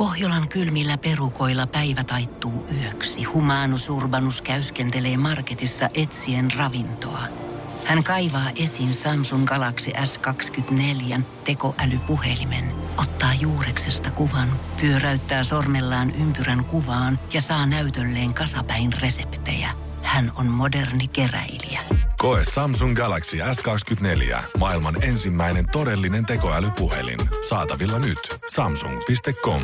Pohjolan kylmillä perukoilla päivä taittuu yöksi. Humanus Urbanus käyskentelee marketissa etsien ravintoa. Hän kaivaa esiin Samsung Galaxy S24 tekoälypuhelimen, ottaa juureksesta kuvan, pyöräyttää sormellaan ympyrän kuvaan ja saa näytölleen kasapäin reseptejä. Hän on moderni keräilijä. Koe Samsung Galaxy S24. Maailman ensimmäinen todellinen tekoälypuhelin. Saatavilla nyt. Samsung.com.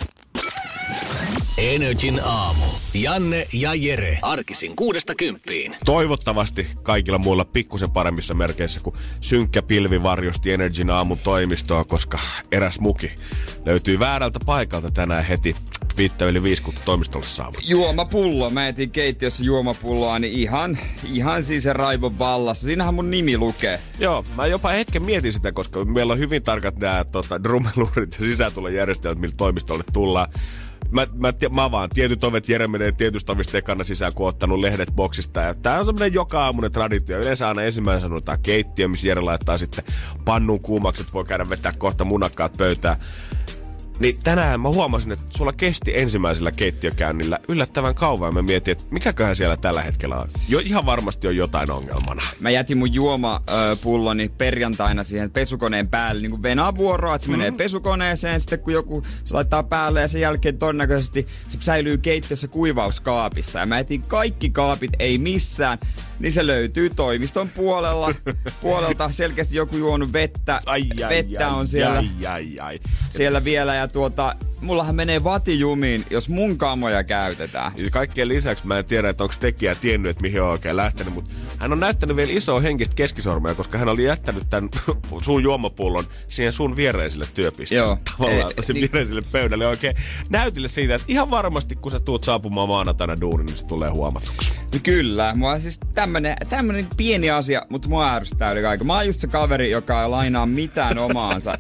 NRJ:n aamu. Janne ja Jere. Arkisin 6–10. Toivottavasti kaikilla muilla pikkusen paremmissa merkeissä, kun synkkä pilvi varjosti NRJ:n aamun toimistoa, koska eräs muki löytyy väärältä paikalta tänään heti 5:05, kun toimistolle saavut. Juomapullo. Mä etin keittiössä juomapulloa, niin ihan siis se raivon vallassa. Siinähän mun nimi lukee. Joo, mä jopa hetken mietin sitä, koska meillä on hyvin tarkat nämä drummeluurit ja sisätulojärjestelmät, millä toimistolle tullaan. Mä vaan tietyt ovet, Jere menee tietystä ovista ekana sisään, kun on ottanut lehdet boksista. Ja tää on semmonen joka aamunen traditio. Yleensä aina ensimmäisenä sanotaan keittiö, missä Jere laittaa sitten pannun kuumaksi, että voi käydä vetää kohta munakkaat pöytään. Niin tänään mä huomasin, että sulla kesti ensimmäisellä keittiökäynnillä yllättävän kauan. Mä mietin, että mikäköhän siellä tällä hetkellä on. Ihan varmasti on jotain ongelmana. Mä jätin mun juomapulloni perjantaina siihen pesukoneen päälle niin kuin venavuoroa, että se menee pesukoneeseen. Sitten kun joku se laittaa päälle ja sen jälkeen todennäköisesti se säilyy keittiössä kuivauskaapissa. Ja mä jätin kaikki kaapit, ei missään. Niin se löytyy toimiston puolelta. Selkeästi joku juonut vettä. Vettä on siellä. Siellä vielä. Ja mullahan menee vatijumiin, jos mun kamoja käytetään. Kaikkien lisäksi mä en tiedä, että onko tekijä tiennyt, että mihin on oikein lähtenyt, mutta hän on näyttänyt vielä isoa henkistä keskisormea, koska hän oli jättänyt tämän sun juomapullon siihen sun viereiselle työpisteelle. Tavallaan tosi viereiselle pöydälle oikein näytille siitä, että ihan varmasti kun sä tuut saapumaan maanantaina duunin, niin se tulee huomatuksi. No kyllä, mua siis tämmönen pieni asia, mutta mua ärsyttää yli kaiken. Mä oon just se kaveri, joka ei lainaa mitään omaansa.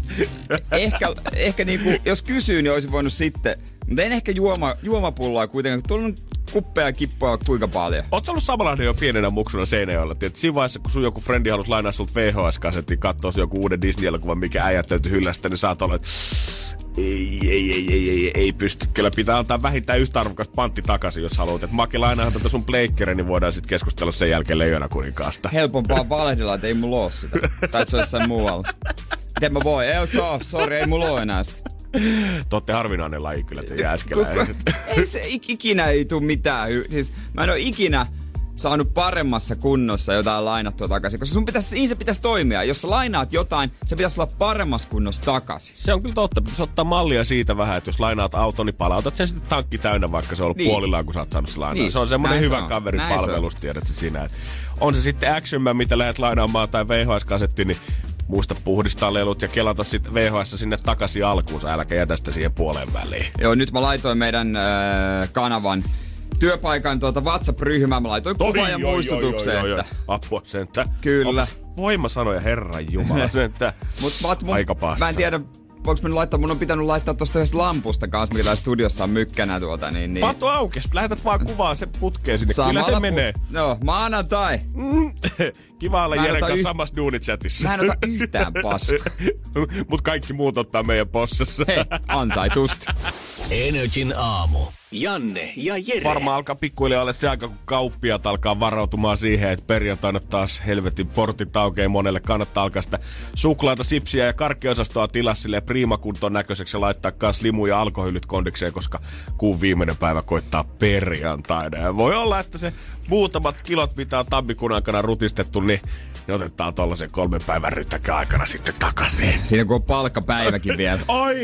Ehkä niinku, jos kysyy, niin olisi voinut sitten. Mutta en ehkä juomapulloa kuitenkaan, kun tullut kuppeja ja kippoja kuinka paljon. Ootko ollut samanlainen jo pienenä muksuna Seinäjoella? Tiedät, siinä vaiheessa, kun sun joku frendi halusi lainaa sulta VHS-kasettiin, kattoo joku uuden Disney-elokuvan, mikä äijät täytyy hyllästä, niin saat olla, että ei pysty. Kyllä pitää antaa vähintään yhtä arvokas pantti takaisin, jos haluat. Että Maki, lainaahan tätä sun pleikkeri, niin voidaan sitten keskustella sen jälkeen Leijona kuninkaasta. Helpompaa valehdella, että ei mulla oo sitä. Tai et se on jossain muualla. Miten mä voin? Sori, ei mulla oo enää sitä. Te ootte harvinainen laji kyllä, te jääskeläiset. Ei se ikinä ei tuu mitään. Siis mä en oo ikinä saanut paremmassa kunnossa jotain lainattua takaisin, koska niin se pitäisi toimia. Jos sä lainaat jotain, se pitäisi olla paremmassa kunnossa takaisin. Se on kyllä totta. Pitäisi ottaa mallia siitä vähän, että jos lainaat auton, niin palautat sen sitten tankki täynnä, vaikka se on ollut puolillaan, kun sä oot saanut se lainaa. Niin. Se on semmoinen hyvä kaverin palvelus, tiedätkö sinä. On se sitten Action Man, mitä lähdet lainaamaan, tai VHS-kasetti, niin muista puhdistaa lelut ja kelata sitten VHS sinne takaisin alkuunsa, äläkä jätä sitä siihen puoleen väliin. Joo, nyt mä laitoin meidän kanavan työpaikan WhatsApp-ryhmään, mä laitoin kuvan ja muistutuksen, että apua sentään. Kyllä. Voimasanoja, Herran Jumala, sentään. Aika pahasta. Mä en tiedä, voinko mun on pitänyt laittaa tosta yhdessä lampusta kanssa, mikä täällä studiossa on mykkänä niin. Patu aukes, lähetät vaan kuvaa se putkeen sinne, kyllä se menee. Joo, maanantai. Kiva olla Jeren kanssa samassa duunichatissa. Mä en ota yhtään paskaa. Mut kaikki muut ottaa meidän possassa. Hei, ansaitusti. NRJ:n aamu. Janne ja Jere. Varmaan alkaa pikkuhiljaa olla se aika, kun kauppiat alkaa varautumaan siihen, että perjantaina taas helvetin portit aukeaa monelle. Kannattaa alkaa sitä suklaata, sipsiä ja karkkiosastoa tilaa silleen priimakuntoon näköiseksi ja laittaa kans limuja ja alkoholit kondikseen, koska kuun viimeinen päivä koittaa perjantaina. Ja voi olla, että se muutamat kilot, mitä on tammikuun aikana rutistettu, niin ne otetaan tollasen 3 päivän ryttäkän aikana sitten takaisin. Siinä kun on palkkapäiväkin vielä. Ai,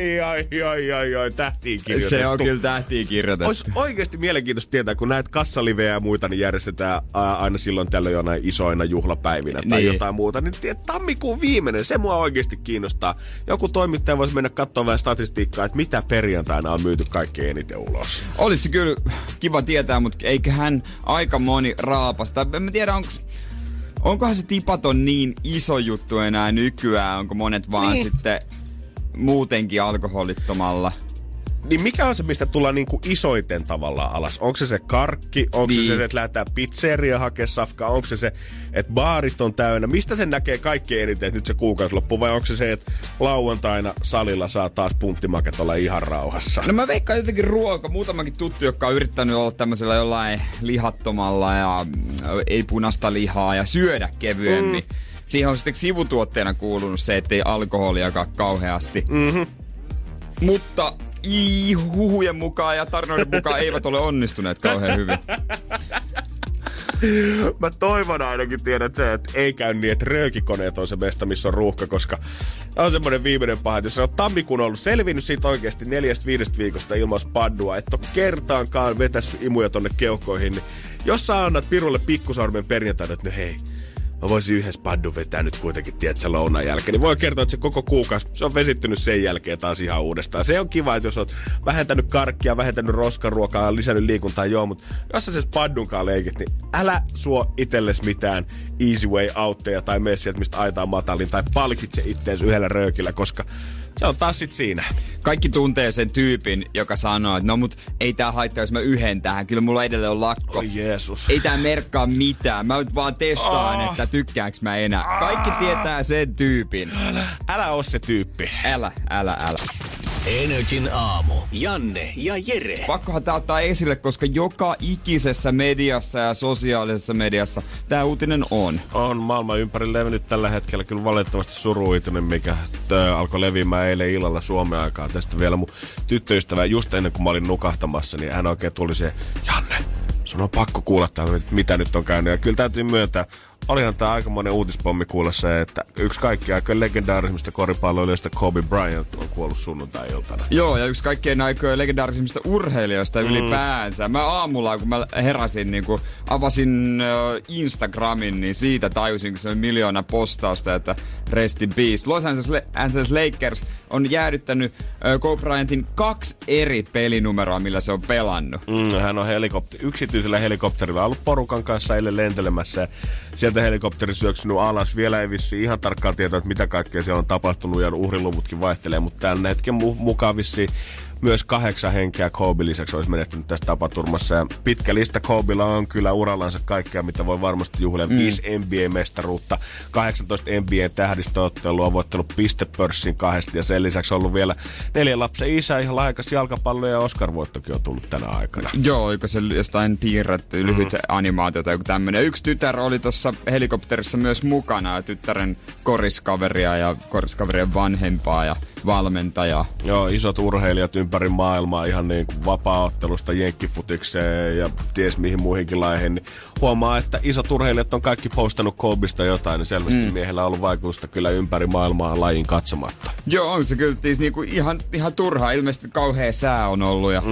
tähtiin kirjoitettu. Se on kyllä tähtiin kirjoitettu. Olisi oikeasti mielenkiintoista tietää, kun näitä kassalivejä ja muita niin järjestetään aina silloin tällöin jonain isoina juhlapäivinä tai jotain muuta. Niin tammikuun viimeinen, se mua oikeasti kiinnostaa. Joku toimittaja voisi mennä katsomaan vähän statistiikkaa, että mitä perjantaina on myyty kaikkein eniten ulos. Olisi kyllä kiva tietää, mutta eiköhän aika moni raapasta. En tiedä, onkohan se tipaton niin iso juttu enää nykyään? Onko monet vaan sitten muutenkin alkoholittomalla? Niin mikä on se, mistä tullaan niinku isoiten tavallaan alas? Onko se karkki? Onko se, että lähdetään pizzeria hakemaan safkaa? Onko se, että baarit on täynnä? Mistä sen näkee kaikkein eniten, että nyt se kuukausi loppuu? Vai onko se, että lauantaina salilla saa taas punttimaket olla ihan rauhassa? No mä veikkaan jotenkin ruoka. Muutamankin tuttu, joka on yrittänyt olla tämmöisellä jollain lihattomalla ja ei punaista lihaa ja syödä kevyemmin. Siihen on sitten sivutuotteena kuulunut se, ettei alkoholiakaan kauheasti. Mutta huhujen mukaan ja tarinoiden mukaan eivät ole onnistuneet kauhean hyvin. Mä toivon ainakin tiedät se, että ei käy niin, että röökikoneet on se mesta, missä on ruuhka, koska on semmoinen viimeinen paha, että jos on tammikuun ollut selvinnyt siitä oikeasti 4-5 viikosta ilman spaddua, että on kertaankaan vetässyt imuja tonne keuhkoihin, niin jos sä annat pirulle pikkusormen perjantaina, että no hei, mä voisin yhden spaddun vetää nyt kuitenkin, tiedätkö, lounaan jälkeen. Niin voi kertoa, että se koko kuukausi, se on vesittynyt sen jälkeen taas ihan uudestaan. Se on kiva, että jos oot vähentänyt karkkia, vähentänyt roskaruokaa, lisännyt liikuntaa, joo, mutta jos sä se spaddunkaan leikit, niin älä suo itsellesi mitään easy way outteja tai mene sieltä, mistä aitaa matalin, tai palkitse itteensä yhdellä röökillä, koska se on taas sit siinä. Kaikki tuntee sen tyypin, joka sanoo, että no mut ei tää haittaa, jos mä yhden tähän. Kyllä mulla edelleen on lakko. Oi Jeesus. Ei tää merkkaa mitään. Mä nyt vaan testaan, että tykkääks mä enää. Kaikki tietää sen tyypin. Älä oo se tyyppi. Älä. Energin aamu. Janne ja Jere. Pakkohan tää ottaa esille, koska joka ikisessä mediassa ja sosiaalisessa mediassa tää uutinen on. On maailman ympäri levinnyt tällä hetkellä kyllä valitettavasti suruuutinen, mikä alkoi leviämään eilen illalla Suomen aikaa. Tästä vielä mun tyttöystävä just ennen kuin mä olin nukahtamassa, niin hän oikein tuli se, Janne, sun on pakko kuulla tämän, mitä nyt on käynyt. Ja kyllä täytyy myöntää, olihan tää aikamoinen uutispommi kuulla se, että yksi kaikkien aikojen legendaarisimmista koripalloilijoista Kobe Bryant on kuollut sunnuntai-iltana. Joo, ja yksi kaikkien aikojen legendaarisimmista urheilijoista ylipäänsä. Mä aamulla, kun mä heräsin, niin kun avasin Instagramin, niin siitä tajusin, kun se on 1 miljoona postausta, että rest in peace. Los Angeles Lakers on jäädyttänyt Kobe Bryantin 2 eri pelinumeroa, millä se on pelannut. Hän on yksityisellä helikopterilla ollut porukan kanssa eilen lentelemässä. Sieltä helikopteri syöksynyt alas. Vielä ei vissiin ihan tarkkaan tietoa, että mitä kaikkea siellä on tapahtunut ja uhriluvutkin vaihtelee, mutta tämän hetken mukaan vissiin myös 8 henkeä Kobe lisäksi olisi menehtynyt tässä tapaturmassa. Ja pitkä lista Kobella on kyllä urallansa kaikkea, mitä voi varmasti juhlia. 5 NBA-mestaruutta, 18 NBA-tähdistöottelua, on voittanut pistepörssin 2 ja sen lisäksi on ollut vielä 4 lapsen isä, ihan lahjakas jalkapallo ja Oscar-voittokin on tullut tänä aikana. Joo, oiko se jostain piirretty lyhyt animaatio tai joku tämmönen. Yksi tytär oli tuossa helikopterissa myös mukana ja tyttären koriskaveria ja koriskaverien vanhempaa ja valmentajaa. Joo, isot urheilijat ympäri maailmaa ihan niin kuin vapaa-ottelusta jenkkifutikseen ja ties mihin muihinkin laihin. Niin huomaa, että isot urheilijat on kaikki postannut Kobesta jotain, niin selvästi miehellä on ollut vaikutusta kyllä ympäri maailmaa lajin katsomatta. Joo, on se kyllä niinku ihan turhaa. Ilmeisesti kauhea sää on ollut ja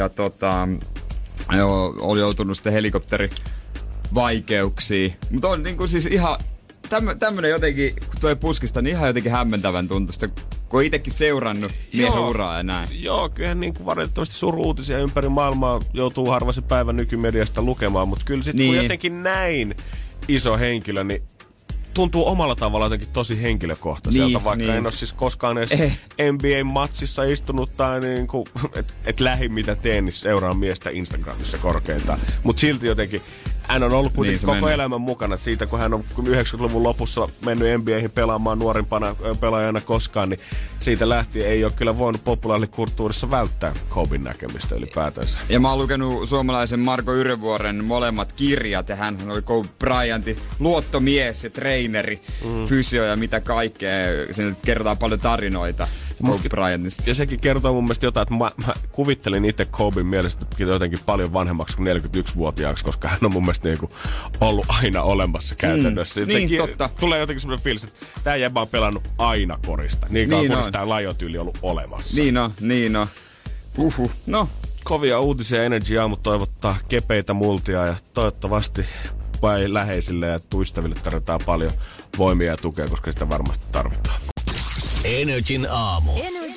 oli joutunut sitten helikopterivaikeuksiin. Mutta on niinku siis ihan tämmönen jotenkin, kun tulee puskista, niin ihan jotenkin hämmentävän tuntuista, kun on itsekin seurannut miehen uraa ja näin. Joo, kyllähän niin kuin valitettavasti suru-uutisia ympäri maailmaa joutuu harva se päivä nykymediasta lukemaan, mutta kyllä sitten kun jotenkin näin iso henkilö, niin tuntuu omalla tavalla jotenkin tosi henkilökohtaiselta, vaikka en ole siis koskaan edes NBA-matsissa istunut tai niinku, et lähi mitä teen, niin seuraan miestä Instagramissa korkeintaan. Mutta silti jotenkin hän on ollut kuitenkin koko elämän mukana. Siitä kun hän on 90-luvun lopussa mennyt NBA:hin pelaamaan nuorimpana pelaajana koskaan, niin siitä lähtien ei ole kyllä voinut populaarikulttuurissa välttää Koben näkemistä ylipäätänsä. Ja mä oon lukenut suomalaisen Marko Yrjövuoren molemmat kirjat, ja hän oli Kobe Bryantin luottomies ja treeneri, fysio ja mitä kaikkea. Siinä kerrotaan paljon tarinoita Kobe Bryantista. Ja sekin kertoo mun mielestä jotain, että mä kuvittelin itse Koben mielestä jotenkin paljon vanhemmaksi kuin 41-vuotiaaksi, koska hän on mun mielestä niinku ollut aina olemassa käytännössä. Niin, totta. Tulee jotenkin semmoinen fiilis, että tää jäbä on pelannut aina korista. Niin kauan korista tää lajotyyli ollut olemassa. Niin on. No. Kovia uutisia Energy Aamu toivottaa kepeitä multia ja toivottavasti vai läheisille ja tuistaville tarvitaan paljon voimia ja tukea, koska sitä varmasti tarvitaan. Energin aamu. Energin aamu.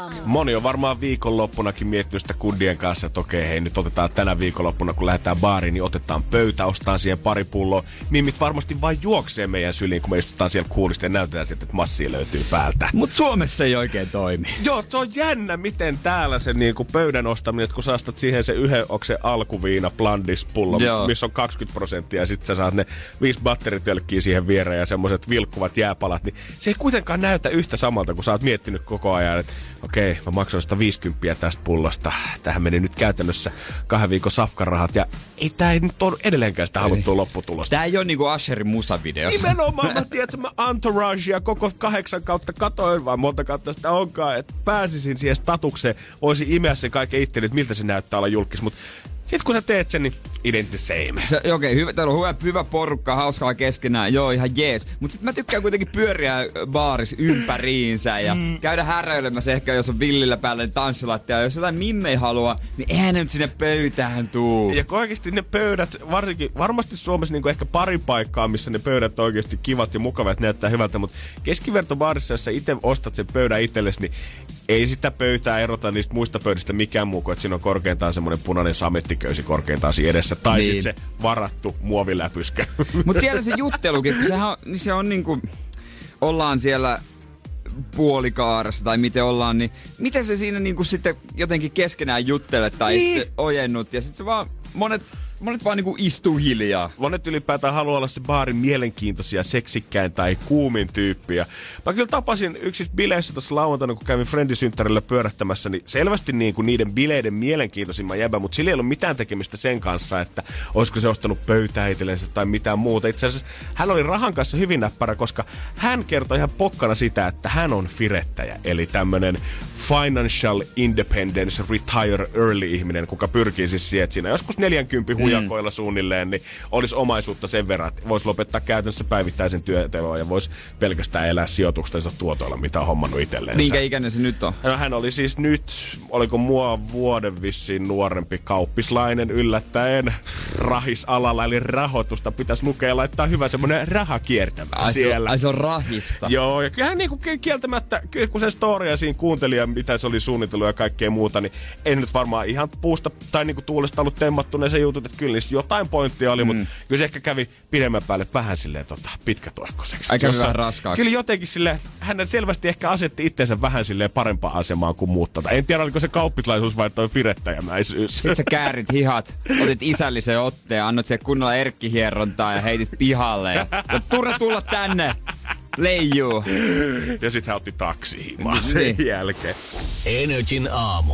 Moni on varmaan viikonloppunakin miettinyt sitä kundien kanssa, että okei, hei, nyt otetaan tänä viikonloppuna, kun lähdetään baariin, niin otetaan pöytä, ostaa siihen pari pulloa. Mimmit varmasti vain juoksee meidän syliin, kun me istutaan siellä kuulista ja näytetään siltä, että massia löytyy päältä. Mut Suomessa ei oikein toimi. Joo, se on jännä, miten täällä se niinku pöydän ostaminen, että kun sä ostat siihen se yhden oksen alkuviina blandispullo, missä on 20%, ja sit sä saat ne 5 batteritölkkiä siihen viereen ja semmoset vilkkuvat jääpalat, niin se ei kuitenkaan näytä yhtä samalta, kun sä oot miettinyt koko ajan, että okei, mä maksan 150 tästä pullosta. Tähän meni nyt käytännössä 2 viikon safkarahat, ja tää ei nyt ole edelleenkään sitä haluttua lopputulosta. Tää ei ole niinku Usherin musavideossa. Nimenomaan, mä tiedän, että mä Entouragea koko 8 kautta katoin, vaan monta kautta sitä onkaan, että pääsisin siihen statukseen, voisin imeä sen kaiken itteni, että miltä se näyttää olla julkis, mutta sit kun sä teet sen, niin ident the same. Okei, täällä on hyvä porukka, hauskaa keskenään, joo ihan jees. Mut sit mä tykkään kuitenkin pyöriä baaris ympäriinsä ja käydä häröilemässä ehkä, jos on villillä päällä niin tanssilattia. Jos jotain mimmei halua, niin eihän ne nyt sinne pöytään tuu. Ja oikeesti ne pöydät, varmasti Suomessa niinku ehkä pari paikkaa, missä ne pöydät on oikeesti kivat ja mukavat, näyttää hyvältä, mutta keskivertobaarissa, jos sä ite ostat sen pöydän itsellesi, niin ei sitä pöytää erota niistä muista pöydistä mikään muu kuin, että siinä on korkeintaan semmoinen punainen samettiköysi korkeintaan siinä edessä. Tai niin. Sitten se varattu muoviläpyskä. Mut siellä se juttelukin, kun se on niinku, ollaan siellä puolikaarassa tai miten ollaan, niin miten se siinä niinku sitten jotenkin keskenään juttelet tai niin. Sitten ojennut ja sitten se vaan monet vaan niinku istuu hiljaa. Monet ylipäätään haluaa olla se baarin mielenkiintoisia, seksikkäin tai kuumin tyyppiä. Mä kyllä tapasin yksissä bileissä tuossa lauantaina, kun kävin friendisynttärillä pyörähtämässä, niin selvästi niinku niiden bileiden mielenkiintoisimman jäbä, mutta sillä ei ollut mitään tekemistä sen kanssa, että olisiko se ostanut pöytää itsellensä tai mitään muuta. Itse asiassa hän oli rahan kanssa hyvin näppärä, koska hän kertoi ihan pokkana sitä, että hän on firettäjä, eli tämmönen financial independence retire early ihminen, kuka pyrkii siis siihen, että siinä joskus 40 hujakoilla suunnilleen, niin olisi omaisuutta sen verran, että voisi lopettaa käytännössä päivittäisen työtelon ja voisi pelkästään elää sijoituksensa tuotoilla, mitä on hommannut itselleensä. Minkä ikäinen se nyt on? No, hän oli siis nyt, oliko mua vuoden vissiin nuorempi kauppislainen yllättäen rahisalalla, eli rahoitusta pitäisi lukea ja laittaa hyvä semmoinen raha kiertämään siellä. Ai se on rahista. Joo, ja kyllähän niinku kieltämättä, kun se storia siinä kuunteli ja mitä se oli suunnitellut ja kaikkea muuta, niin ei nyt varmaan ihan puusta tai niinku tuulesta ollut temmattu ne se jutut, että kyllä niissä jotain pointtia oli, mutta kyllä se ehkä kävi pidemmän päälle vähän silleen pitkätoikkoiseksi. Aika vähän raskaaksi. Kyllä jotenkin silleen, hän selvästi ehkä asetti itsensä vähän silleen parempaan asemaan kuin muut. En tiedä, oliko se kauppislaisuus vai toi firettäjämäisyys. Sitten sä käärit hihat, otit isällisen otteen, annot sen kunnolla erkkihierontaa ja heitit pihalle. Ja sä turha tulla tänne. Leijuu. Ja sit hän otti taksihimaa sen jälkeen. Energin aamu.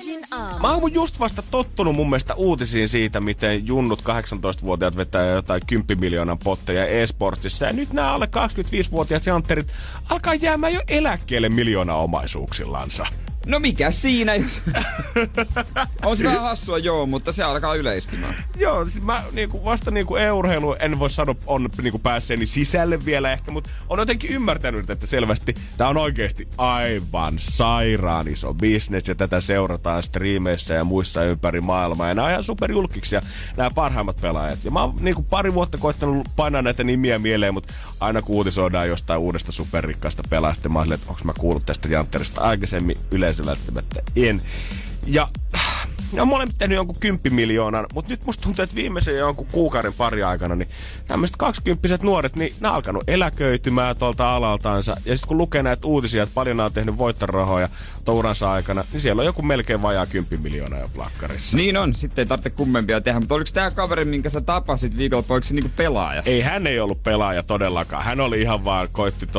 Mä oon just vasta tottunut mun mielestä uutisiin siitä, miten junnut 18-vuotiaat vetää jotain 10 miljoonan potteja e-sportissa. Ja nyt nämä alle 25-vuotiaat jantterit alkaa jäämään jo eläkkeelle miljoonaomaisuuksillansa. No mikä siinä, jos... On se vähän hassua, joo, mutta se alkaa yleistymään. Joo, mä vasta e-urheilu, en voi sanoa, on päässeeni sisälle vielä ehkä, mutta on jotenkin ymmärtänyt, että selvästi tää on oikeesti aivan sairaan iso business, ja tätä seurataan striimeissä ja muissa ympäri maailmaa, ja nää on ihan superjulkiksi, nämä parhaimmat pelaajat. Ja mä oon pari vuotta koittanut painaa näitä nimiä mieleen, mutta aina kun uutisoidaan jostain uudesta superrikkaasta pelaajasta, mä oon silleen, että onks mä kuullut tästä jantterista aikaisemmin, yleensä välttämättä en. Ja ne on molemmat tehnyt jonkun 10 miljoonan, mutta nyt musta tuntuu, että viimeisen jonkun kuukauden pari aikana, niin tämmöiset 20-vuotiaat nuoret, niin ne on alkanut eläköitymään tuolta alaltaansa. Ja sitten kun lukee näitä uutisia, että paljon on tehnyt voittorahoja uransa aikana, niin siellä on joku melkein vajaa 10 miljoonaa jo plakkarissa. Niin on, sitten ei tarvitse kummempia tehdä. Mutta oliko tää kaveri, minkä sä tapasit viikolla, oliko se niinku pelaaja? Ei, hän ei ollut pelaaja todellakaan. Hän oli ihan vaan, koitti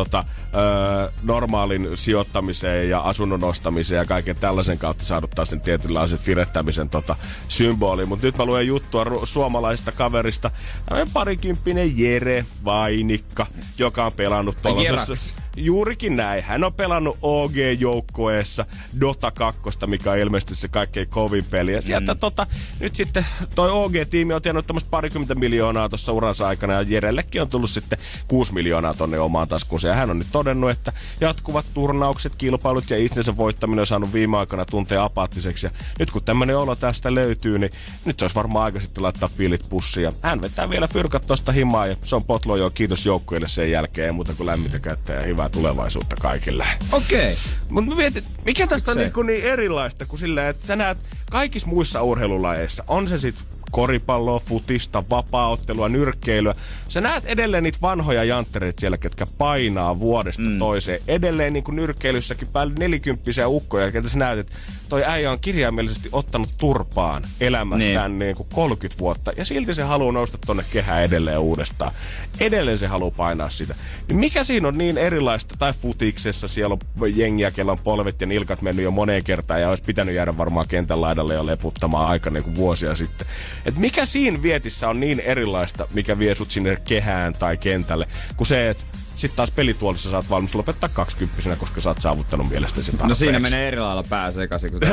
normaalin sijoittamiseen ja asunnon ostamiseen ja kaiken tällaisen kautta saaduttaa sen tietynlaisen firettämisen symboli. Mutta nyt mä luen juttua suomalaisesta kaverista. Hän on parikymppinen Jere Vainikka, joka on pelannut tuollaisessa. Juurikin näin. Hän on pelannut OG-joukkueessa Dota 2, mikä on ilmeisesti se kaikkein kovin peli. Ja sieltä nyt sitten toi OG-tiimi on tiennyt tämmöistä 20 miljoonaa tuossa uransa aikana, ja Jerellekin on tullut sitten 6 miljoonaa tonne omaan taskuunsa. Ja hän on nyt todennut, että jatkuvat turnaukset, kilpailut ja itsensä voittaminen on saanut viime aikana tuntea apaattiseksi. Ja nyt kun tämmönen olo tästä löytyy, niin nyt se olisi varmaan aika sitten laittaa piilit pussiin. Ja hän vetää vielä fyrkat tosta himaa, ja se on potlo jo, kiitos joukkueelle sen jälkeen, ei muuta kuin lämmintä kättä ja hyvää hyvää tulevaisuutta kaikille. Okei. Mutta mä mietin, mikä tässä on niin erilaista kuin silleen, että sä näet kaikissa muissa urheilulajeissa, on se sitten koripalloa, futista, vapaaottelua, nyrkkeilyä. Sä näet edelleen niitä vanhoja janttereita siellä, ketkä painaa vuodesta toiseen. Edelleen niin kuin nyrkkeilyssäkin päälle 40-vuotiaita ukkoja, ketä sä näet, että toi äijä on kirjaimellisesti ottanut turpaan elämästään niin kuin 30 vuotta. Ja silti se haluaa nousta tonne kehään edelleen uudestaan. Edelleen se haluaa painaa sitä. Niin mikä siinä on niin erilaista? Tai futiksessa siellä on jengiä, kellä on polvet ja nilkat mennyt jo moneen kertaan ja olisi pitänyt jäädä varmaan kentän laidalle ja leputtamaan aika niin kuin vuosia sitten. Et mikä siinä vietissä on niin erilaista, mikä vie sut sinne kehään tai kentälle, kuin se, että sitten taas pelituolissa sä oot valmis lopettaa 20-vuotiaana, koska sä oot saavuttanut mielestäsi tarpeeksi. No siinä menee eri lailla pää sekaisin, kun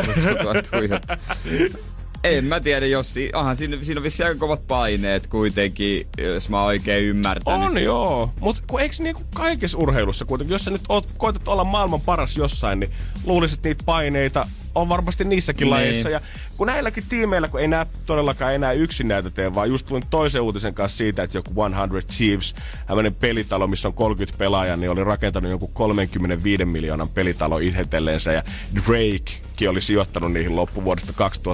en mä tiedä, jos siinä on vissiin aika kovat paineet kuitenkin, jos mä oon oikein ymmärtänyt. On joo, mutta eikö niinku kaikessa urheilussa kuitenkin, jos sä nyt koetat olla maailman paras jossain, niin luulisit niitä paineita on varmasti niissäkin lajeissa. Ja kun näilläkin tiimeillä, kun ei nää todellakaan enää yksin näitä tee, vaan just tulin toisen uutisen kanssa siitä, että joku 100 Thieves, hämmönen pelitalo, missä on 30 pelaajaa, niin oli rakentanut jonkun 35 miljoonan pelitalo itselleensä. Ja Drakekin oli sijoittanut niihin loppuvuodesta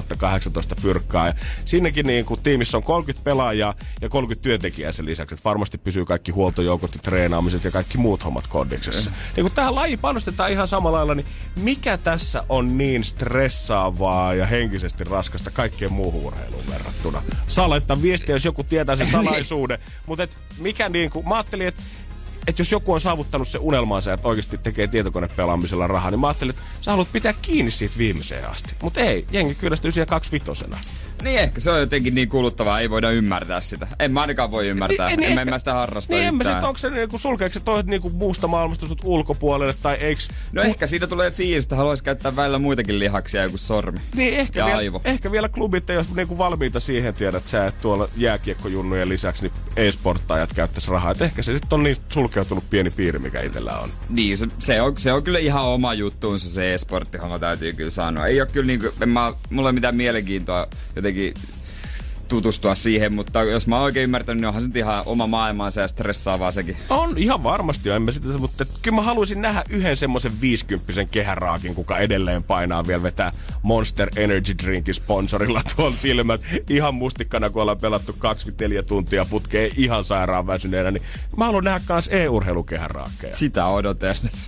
2018 fyrkkaa. Ja siinäkin niin kun tiimissä on 30 pelaajaa ja 30 työntekijää sen lisäksi. Että varmasti pysyy kaikki huoltojoukot ja treenaamiset ja kaikki muut hommat kondiksessa. Niin kun tähän lajiin panostetaan ihan samalla lailla, niin mikä tässä on niin stressaavaa ja henkisesti raskasta kaikkeen muuhun urheiluun verrattuna? Saa laittaa viestiä, jos joku tietää sen salaisuuden. Mutta mikä niinku, mä ajattelin, että jos joku on saavuttanut se unelmansa, että oikeasti tekee tietokonepelaamisella rahaa, niin mä ajattelin, että sä haluat pitää kiinni siitä viimeiseen asti. Mutta ei, jengi kyllästyy siihen 25-osena. Niin ehkä se on jotenkin niin kuluttavaa, ei voida ymmärtää sitä. En mä ainakaan voi ymmärtää, en mä sitä harrasta niin yhtään. Niin onko se niinku, sulkeeko se toiset niinku muusta maailmasta sut ulkopuolelle, tai eiks... No ehkä siitä tulee fiilis, että haluaisi käyttää välillä muitakin lihaksia, joku sormi niin ehkä ja vielä, aivo. Ehkä vielä klubit ei ole niinku valmiita siihen, tiedät sä, että tuolla jääkiekkojunnujen lisäksi niin e-sporttaajat käyttäisi rahaa. Et ehkä se sitten on niin sulkeutunut pieni piiri, mikä itsellä on. Niin, se on kyllä ihan oma juttuunsa se e-sporttihomma, täytyy kyllä sanoa. Ei ole kyllä niinku, mulla ei mitään mielenkiintoa jotenkin tutustua siihen, mutta jos mä oon oikein ymmärtänyt, niin onhan se nyt ihan oma maailmansa ja stressaavaa sekin. On ihan varmasti, en mä sitä, mutta kyllä mä haluaisin nähdä yhden semmoisen 50-sen kehäraakin, kuka edelleen painaa vielä vetää Monster Energy Drinkin sponsorilla tuolla silmät. Ihan mustikkana, kun ollaan pelattu 24 tuntia putkeen ihan sairaan väsyneenä, niin mä haluan nähdä kans e-urheilukehäraakkeja. Sitä odotellessa.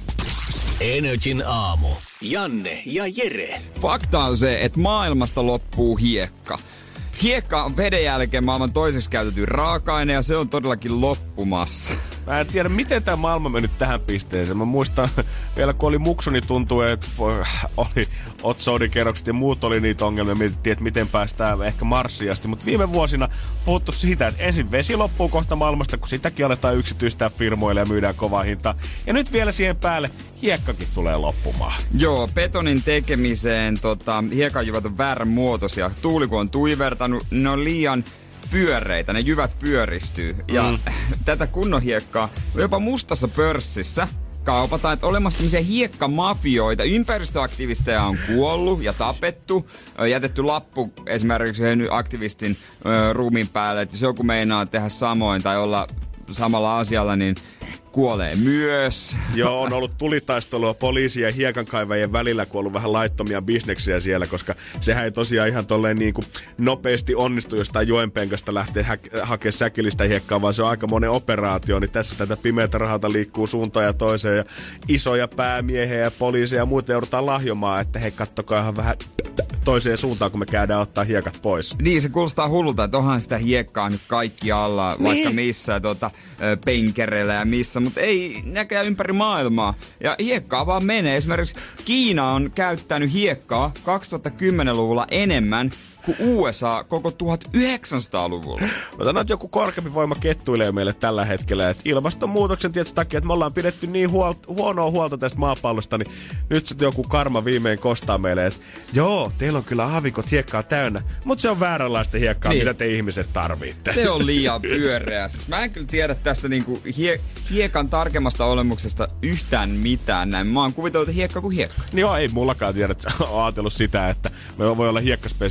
Energin aamu. Janne ja Jere. Fakta on se, että maailmasta loppuu hiekka. Hiekka on veden jälkeen maailman toiseksi käytetyn raaka-aine ja se on todellakin loppumassa. Mä en tiedä, miten tämä maailma meni tähän pisteeseen. Mä muistan vielä, kun oli muksu, niin tuntui, että oli otsoodikerrokset ja muut oli niitä ongelmia. Mietittiin, että miten päästään ehkä Marsiin asti. Mutta viime vuosina puhuttu siitä, että ensin vesi loppuu kohta maailmasta, kun sitäkin aletaan yksityistää firmoille ja myydään kovaa hintaa. Ja nyt vielä siihen päälle hiekkakin tulee loppumaan. Joo, betonin tekemiseen hiekanjyvät on väärän muotoisia. Tuuli kun on tuivertanut, ne on liian pyöreitä, ne jyvät pyöristyy. Ja tätä kunnon hiekkaa jopa mustassa pörssissä kaupataan, että olemassa tämmöisiä hiekkamafioita. Ympäristöaktivisteja on kuollut ja tapettu. Jätetty lappu esimerkiksi yhden aktivistin ruumiin päälle, että jos joku meinaa tehdä samoin tai olla samalla asialla, niin kuolee myös. Joo, on ollut tulitaistelua poliisi- ja hiekankaivajien välillä, kun on ollut vähän laittomia bisneksiä siellä, koska sehän ei tosiaan ihan tolleen niin kuin nopeasti onnistu jostain joenpenkasta lähtee hakemaan säkillistä hiekkaa, vaan se on aika monen operaatio, niin tässä tätä pimeätä rahata liikkuu suuntaan ja toiseen, ja isoja päämiehiä ja poliiseja ja muita joudutaan lahjomaan, että hei, kattokaa ihan vähän toiseen suuntaan, kun me käydään ottaa hiekat pois. Niin, se kuulostaa hullulta, että onhan sitä hiekkaa nyt kaikki alla, vaikka missä penkereillä ja missä, mutta ei näkään ympäri maailmaa. Ja hiekkaa vaan menee. Esimerkiksi Kiina on käyttänyt hiekkaa 2010-luvulla enemmän kuin USA koko 1900-luvulla. Mä sanon, että joku korkeampi voima kettuilee meille tällä hetkellä, että ilmastonmuutoksen tietysti takia, että me ollaan pidetty niin huonoa huolta tästä maapallosta, niin nyt sitten joku karma viimein kostaa meille, että joo, teillä on kyllä aavikot hiekkaa täynnä, mutta se on vääränlaista hiekkaa, niin, mitä te ihmiset tarvitte. Se on liian pyöreä. Siis mä en kyllä tiedä tästä niinku hiekan tarkemmasta olemuksesta yhtään mitään näin. Mä oon kuvitellut hiekka kuin hiekka. Niin joo, ei mullakaan tiedä, että on ajatellut sitä, että me voi olla hiekkaspesialisti, kun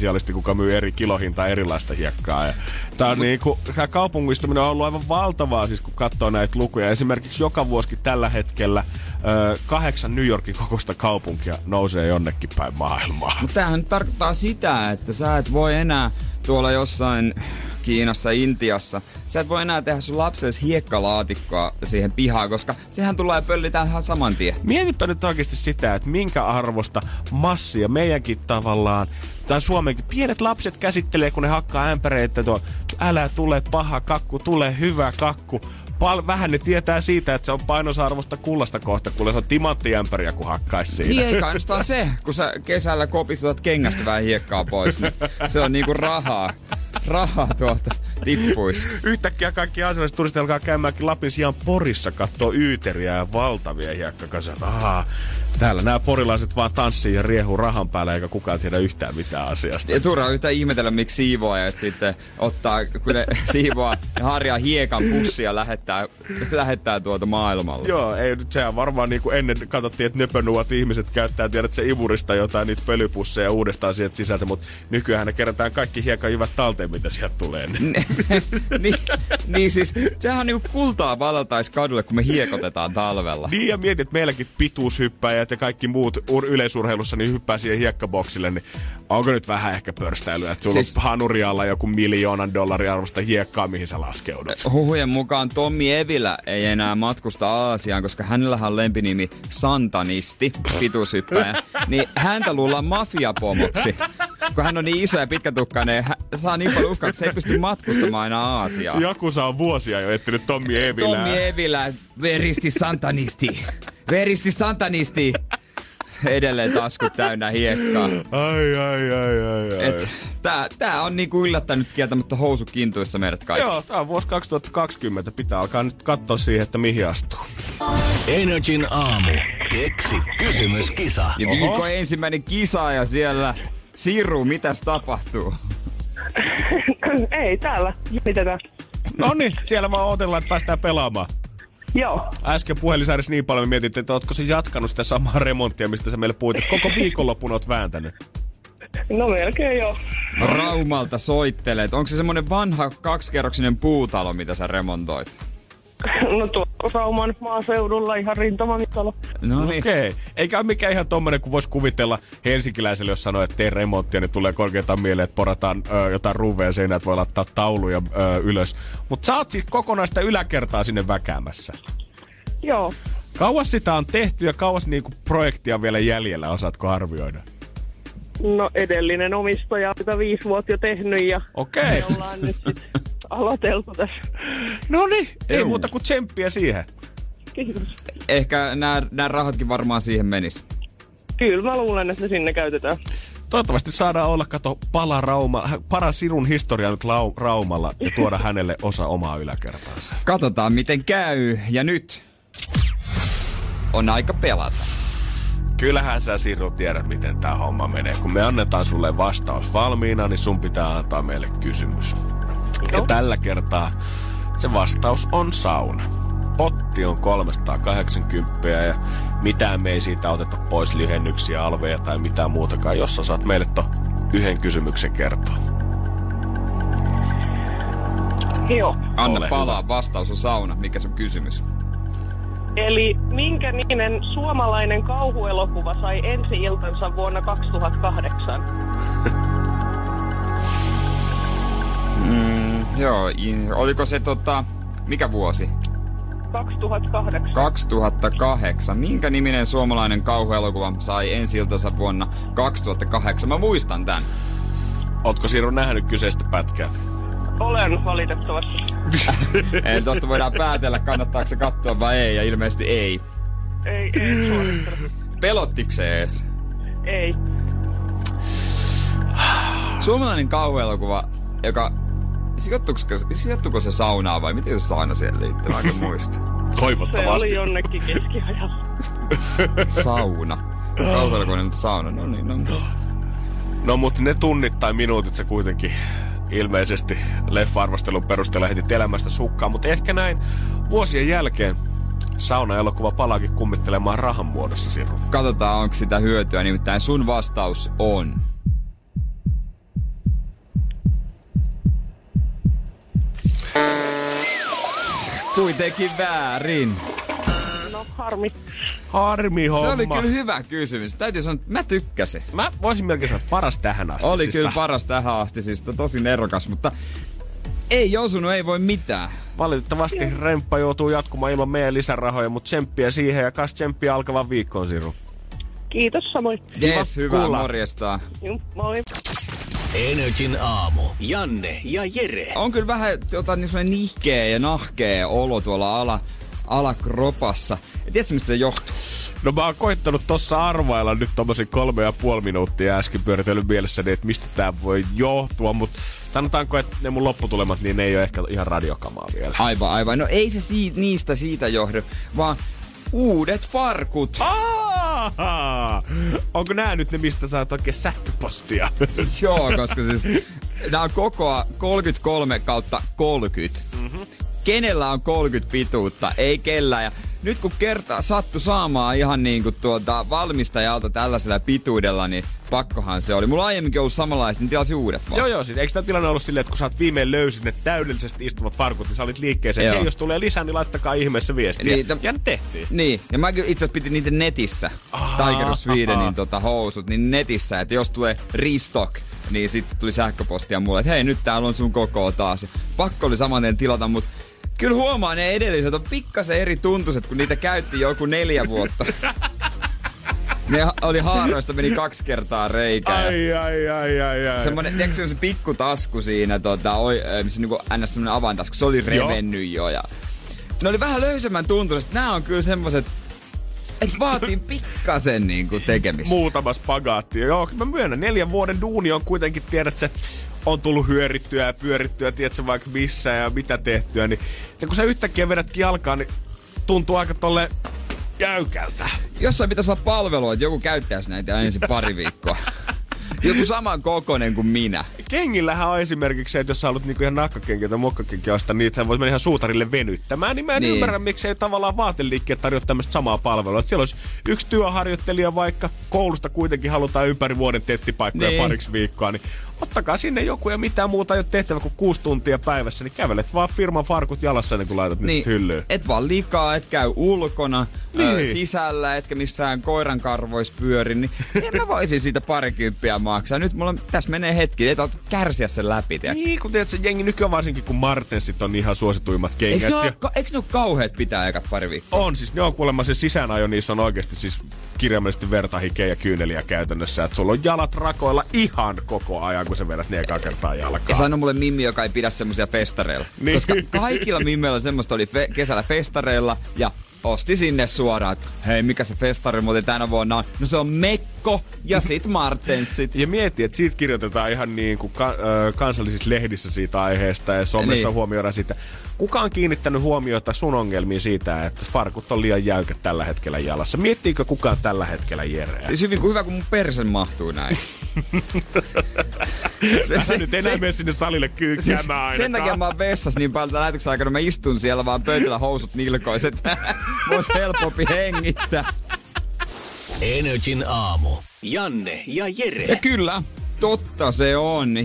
kuka myy eri kilohintaa erilaista hiekkaa. Ja tää on niinku, tää kaupungistuminen on ollut aivan valtavaa, siis kun katsoo näitä lukuja. Esimerkiksi joka vuosi tällä hetkellä 8 New Yorkin kokoista kaupunkia nousee jonnekin päin maailmaa. Mutta tämähän tarkoittaa sitä, että sä et voi enää tuolla jossain Kiinassa, Intiassa, sä et voi enää tehdä sun lapselle hiekkalaatikkoa siihen pihaan, koska sehän tulee pöllitään ihan saman tien. Mietipä nyt oikeasti sitä, että minkä arvosta massia meidänkin tavallaan, tai Suomenkin pienet lapset käsittelee, kun ne hakkaa ämpäreitä, tuo älä tule paha kakku, tule hyvä kakku. Vähän ne tietää siitä, että se on painosarvosta kullasta kohta, kun se on timanttijämpäriä, kun hakkaisi siinä. Niin ei ainoastaan se, kun sä kesällä kopistutat kengästä vähän hiekkaa pois, niin se on niinku rahaa. Rahaa tuolta tippuisi. Yhtäkkiä kaikki aasialaiset turistit alkaa käymäänkin Lapin sijaan Porissa kattoo yyteriä ja valtavia hiekkakansia. Täällä nämä porilaiset vaan tanssii ja riehuu rahan päällä, eikä kukaan tiedä yhtään mitään asiasta. Ja turha yhtään ihmetellä, miksi siivoajat sitten ottaa, kun ne siivoaa ja harjaa hiekan pussia lähettää tuolta maailmalle. Joo, ei nyt sehän varmaan niin kuin ennen katsottiin, että nöpönuvat ihmiset käyttää, tiedät se ivurista jotain niitä pölypusseja uudestaan sieltä sisältä, mutta nykyään ne kerätään kaikki hiekanjyvät talteen, mitä sieltä tulee. Niin siis, sehän on niinku kultaa valtaiskadulle, kun me hiekotetaan talvella. Niin ja mietit, että meilläkin pituushyppäjät ja kaikki muut yleisurheilussa niin hyppää siihen hiekkaboksille, niin onko nyt vähän ehkä pörstäilyä, että sulla siis on hanurialla joku $1 million arvosta hiekkaa, mihin sä laskeudut? Huhujen mukaan Tommi Evilä ei enää matkusta Aasiaan, koska hänellähän on lempinimi Santanisti, pituushyppäjä, niin häntä luullaan mafiapomoksi. Kun hän on niin iso ja pitkätukkainen ja saa niin paljon uhkaa, että se ei pysty matkustamaan aina Aasiaan. Jakusa on vuosia jo etsinyt Tommi Evilää. Tommi Evilä, veristi Santanisti. Veristi Santanisti. Edelleen taskut täynnä hiekkaa. Ai. Tää on niinku yllättänyt kieltämättä housukintuissa meidät kaikki. Joo, tää on vuosi 2020. Pitää alkaa nyt katsoa siihen, että mihin astuu. Energin aamu. Keksi kysymyskisa. Ja viikon ensimmäinen kisa ja siellä Siru, mitäs tapahtuu? Ei, täällä. Mitetään. Noniin, siellä vaan odotellaan, että päästään pelaamaan. Joo. Äsken puhelinsäädessä niin paljon mietit, että ootko se jatkanut sitä samaa remonttia, mistä sä meille puhuit, että koko viikonlopun oot vääntänyt. No melkein joo. Raumalta soittelet. Onko se semmonen vanha 2-kerroksinen puutalo, mitä sä remontoit? No tuo Rauman maaseudulla ihan rintamatalo. No niin. Okei. Eikä ole mikään ihan tommonen, kun vois kuvitella helsinkiläiselle, jos sanoo, että tee remonttia, niin tulee korkeintaan mieleen, että porataan jotain ruuveja seinään, että voi laittaa tauluja ylös. Mutta sä oot siis kokonaista yläkertaa sinne väkäämässä. Joo. Kauas sitä on tehty ja kauas niinku projektia vielä jäljellä, osaatko arvioida? No edellinen omistaja on sitä 5 vuotta jo tehnyt ja me ollaan nyt sit aloiteltu tässä. Noniin, ei muuta kuin tsemppiä siihen. Kiitos. Ehkä nämä rahatkin varmaan siihen menis. Kyllä mä luulen, että ne sinne käytetään. Toivottavasti saadaan olla, para Sirun historiaa nyt Raumalla ja tuoda hänelle osa omaa yläkertaansa. Katsotaan miten käy ja nyt on aika pelata. Kyllähän sä Siru tiedät, miten tää homma menee. Kun me annetaan sulle vastaus valmiina, niin sun pitää antaa meille kysymys. Ja tällä kertaa se vastaus on sauna. Potti on 380 ja mitään me ei siitä oteta pois lyhennyksiä, alveja tai mitään muutakaan, jos sä saat meille yhden kysymyksen kertoa. Joo. Anna palaa, vastaus on sauna. Mikä sun kysymys? Eli minkä niminen suomalainen kauhuelokuva sai ensi-iltansa vuonna 2008? Joo, oliko se mikä vuosi? 2008. 2008. Minkä niminen suomalainen kauhuelokuva sai ensi-iltansa vuonna 2008? Mä muistan tän. Ootko Siru nähnyt kyseistä pätkää? Olen valitettavasti. Eli tosta voidaan päätellä, kannattaako se katsoa vai ei, ja ilmeisesti ei. Ei suosittele. Pelottiks se ees? Ei. Suomalainen kauhuelokuva, joka... Sijoittuuko se saunaan vai miten se sauna siellä liittyy? Mä en muista. Toivottavasti. Se oli jonnekin keskiajalla. Sauna. Kauhuelokuva sauna, no niin. No mutta ne tunnit tai minuutit se kuitenkin ilmeisesti leffa-arvostelun perusteella heti elämästä sukkaan, mutta ehkä näin vuosien jälkeen sauna-elokuva palaakin kummittelemaan rahan muodossa, Siru. Katsotaan, onko sitä hyötyä, nimittäin sun vastaus on... kuitenkin väärin? No, harmi. Harmi homma. Se oli kyllä hyvä kysymys. Täytyy sanoa, että mä tykkäsin. Mä voisin melkein sanoa, että paras tähän asti. Oli kyllä paras tähän asti, siis tosi nerokas, mutta ei osunut, ei voi mitään. Valitettavasti remppa joutuu jatkumaan ilman meidän lisärahoja, mutta tsemppiä siihen ja kas tsemppiä alkavan viikkoon, Siru. Kiitos samoin. Jes, hyvä, morjestaan. Moi. Energin aamu. Janne ja Jere. On kyllä vähän niin nihkeä ja nahkea olo tuolla alakropassa. Ja tiedätkö, mistä se johtuu? No mä oon koittanut tossa arvailla nyt tommosin 3,5 minuuttia äsken pyöritellyt mielessäni, että mistä tää voi johtua, mutta sanotaanko, että ne mun lopputulemat, niin ne ei ole ehkä ihan radiokamaa vielä. Aivan. No ei se siitä johdu, vaan uudet farkut. Onko nää nyt ne, mistä saat oikein sähköpostia? Joo, koska siis nää on kokoa 33/30. Mm-hmm. Kenellä on 30 pituutta? Ei kellään. Ja nyt kun kertaa sattu saamaan ihan niinku valmistajalta tällaisella pituudella, niin pakkohan se oli. Mulla aiemminkin ollut samanlaiset, niin tilasi uudet vaan. Joo, siis eikö tämä tilanne ollut silleen, että kun sä oot viimein löysit ne täydellisesti istuvat farkut, niin sä olit liikkeeseen. Hei, jos tulee lisää, niin laittakaa ihmeessä viestiä. Niin, ja ne tehtiin. Niin, ja mä itse asiassa pidin niitä netissä. Tiger of Swedenin housut, niin netissä, että jos tulee restock, niin sitten tuli sähköpostia mulle, että hei, nyt täällä on sun koko taas. Pakko oli samaten tilata, mutta kyllä huomaa, ne edelliset on pikkasen eri tuntuiset, kun niitä käytti joku 4 vuotta. Ne oli haaroista, meni 2 kertaa reikää. Ai. Semmonen, tiedätkö se pikkutasku siinä, missä niinku ns. Semmonen avaintasku, se oli revennyt jo. Ja ne oli vähän löysemmän tuntuiset. Nää on kyllä semmoset, että vaatii pikkasen niinku tekemistä. Muutama spagaatti. Joo, mä myönnän, 4 vuoden duuni on kuitenkin, tiedät sä, on tullut hyörittyä ja pyörittyä, tiedätkö vaikka missä ja mitä tehtyä, niin se kun sä yhtäkkiä vedätkin jalkaan, niin tuntuu aika tolle jäykältä. Jossain pitäisi olla palvelua, että joku käyttäisi näitä ensin pari viikkoa. Joku saman kokoinen kuin minä. Kengillähän on esimerkiksi se, että jos sä haluat niinku ihan nakkakenkiä tai mokkakenkiä ostaa, niin sä voit mennä ihan suutarille venyttämään. Niin mä en ymmärrä, miksei tavallaan vaateliikkeet tarjoa tämmöistä samaa palvelua. Että siellä olisi yksi työharjoittelija vaikka, koulusta kuitenkin halutaan ympäri vuoden tettipaikkoja pariksi viikkoa, niin ottakaa sinne joku ja mitään muuta ei ole tehtävä kuin 6 tuntia päivässä, niin kävelet vaan firman farkut jalassa ennen kuin laitat niistä hyllyyn. Et vaan liikaa, et käy ulkona, sisällä, etkä missään koiran karvois pyöri, niin en mä voisin siitä 20 maksaa. Nyt tässä menee hetki, et oot kärsiä sen läpi. Niin, kun tiedät, se jengi nykyään varsinkin, kun Martensit on ihan suosituimmat kengät. Eikö ne ole kauheat pitää ekat pari viikkoa? On, siis ne on kuulemma se sisäänajo, niissä on oikeasti siis kirjaimellisesti verta, hikeä ja kyyneliä käytännössä. Että sulla on jalat rakoilla ihan koko ajan, kun sä vedät ne ekaa kertaa jalkaan. Ja sano mulle Mimmi, joka ei pidä semmosia festareilla. Niin. Koska kaikilla Mimmeillä semmoista oli kesällä festareilla ja osti sinne suoraan, että hei, mikä se festari muuten tänä vuonna on? No se on Mekko ja sit Martensit. Ja mieti, että siitä kirjoitetaan ihan niin kuin kansallisissa lehdissä siitä aiheesta ja somessa huomioidaan sitä. Kuka on kiinnittänyt huomiota sun ongelmiin siitä, että farkut on liian jäykät tällä hetkellä jalassa? Miettiikö kukaan tällä hetkellä Jereä? Siis hyvä, kun mun persen mahtuu näin. Sä nyt enää mene sinne salille kyykkäämään ainakaan. Sen takia mä oon vessassa niin paljon lähetyksen aikana, mä istun siellä vaan pöytillä housut nilkoiset. Vois helpompi hengittää. Energin aamu. Janne ja Jere. Ja kyllä, totta se on.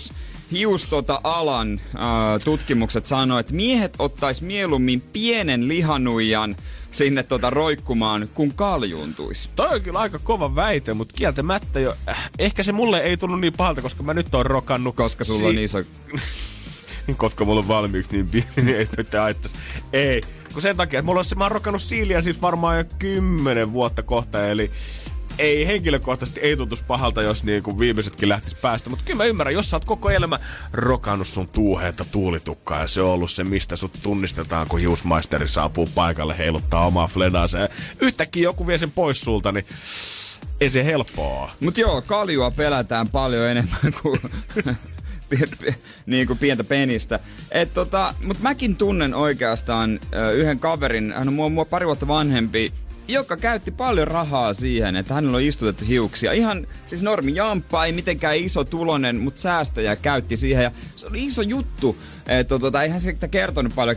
Alan tutkimukset sanoo, että miehet ottais mieluummin pienen lihanuijan sinne roikkumaan, kun kaljuntuis. Toi on kyllä aika kova väite, mutta kieltämättä jo, ehkä se mulle ei tullut niin pahalta, koska mä nyt oon rokannut. Koska sulla on iso... koska mulla on valmiiksi niin pieni, niin ei nyt aittais. Ei, kun sen takia, että mä oon rokannut siiliä siis varmaan jo 10 vuotta kohta, eli ei henkilökohtaisesti ei tuntuisi pahalta, jos niinku viimeisetkin lähtis päästä, mutta kyllä mä ymmärrän, jos sä oot koko elämä rokannut sun tuuheita tuulitukkaa ja se on ollut se, mistä sut tunnistetaan, kun hiusmaisteri saapuu paikalle, heiluttaa omaa fledaansa ja yhtäkkiä joku vie sen pois sulta, niin ei se helppoa. Mut joo, kaljua pelätään paljon enemmän kuin... niin kuin pientä penistä. Mut mäkin tunnen oikeastaan yhden kaverin, hän on mua 2 vuotta vanhempi, joka käytti paljon rahaa siihen, että hänellä on istutettu hiuksia. Ihan siis normi jamppa, ei mitenkään iso tulonen, mutta säästöjä käytti siihen. Ja se oli iso juttu. Eihän se kertonut paljon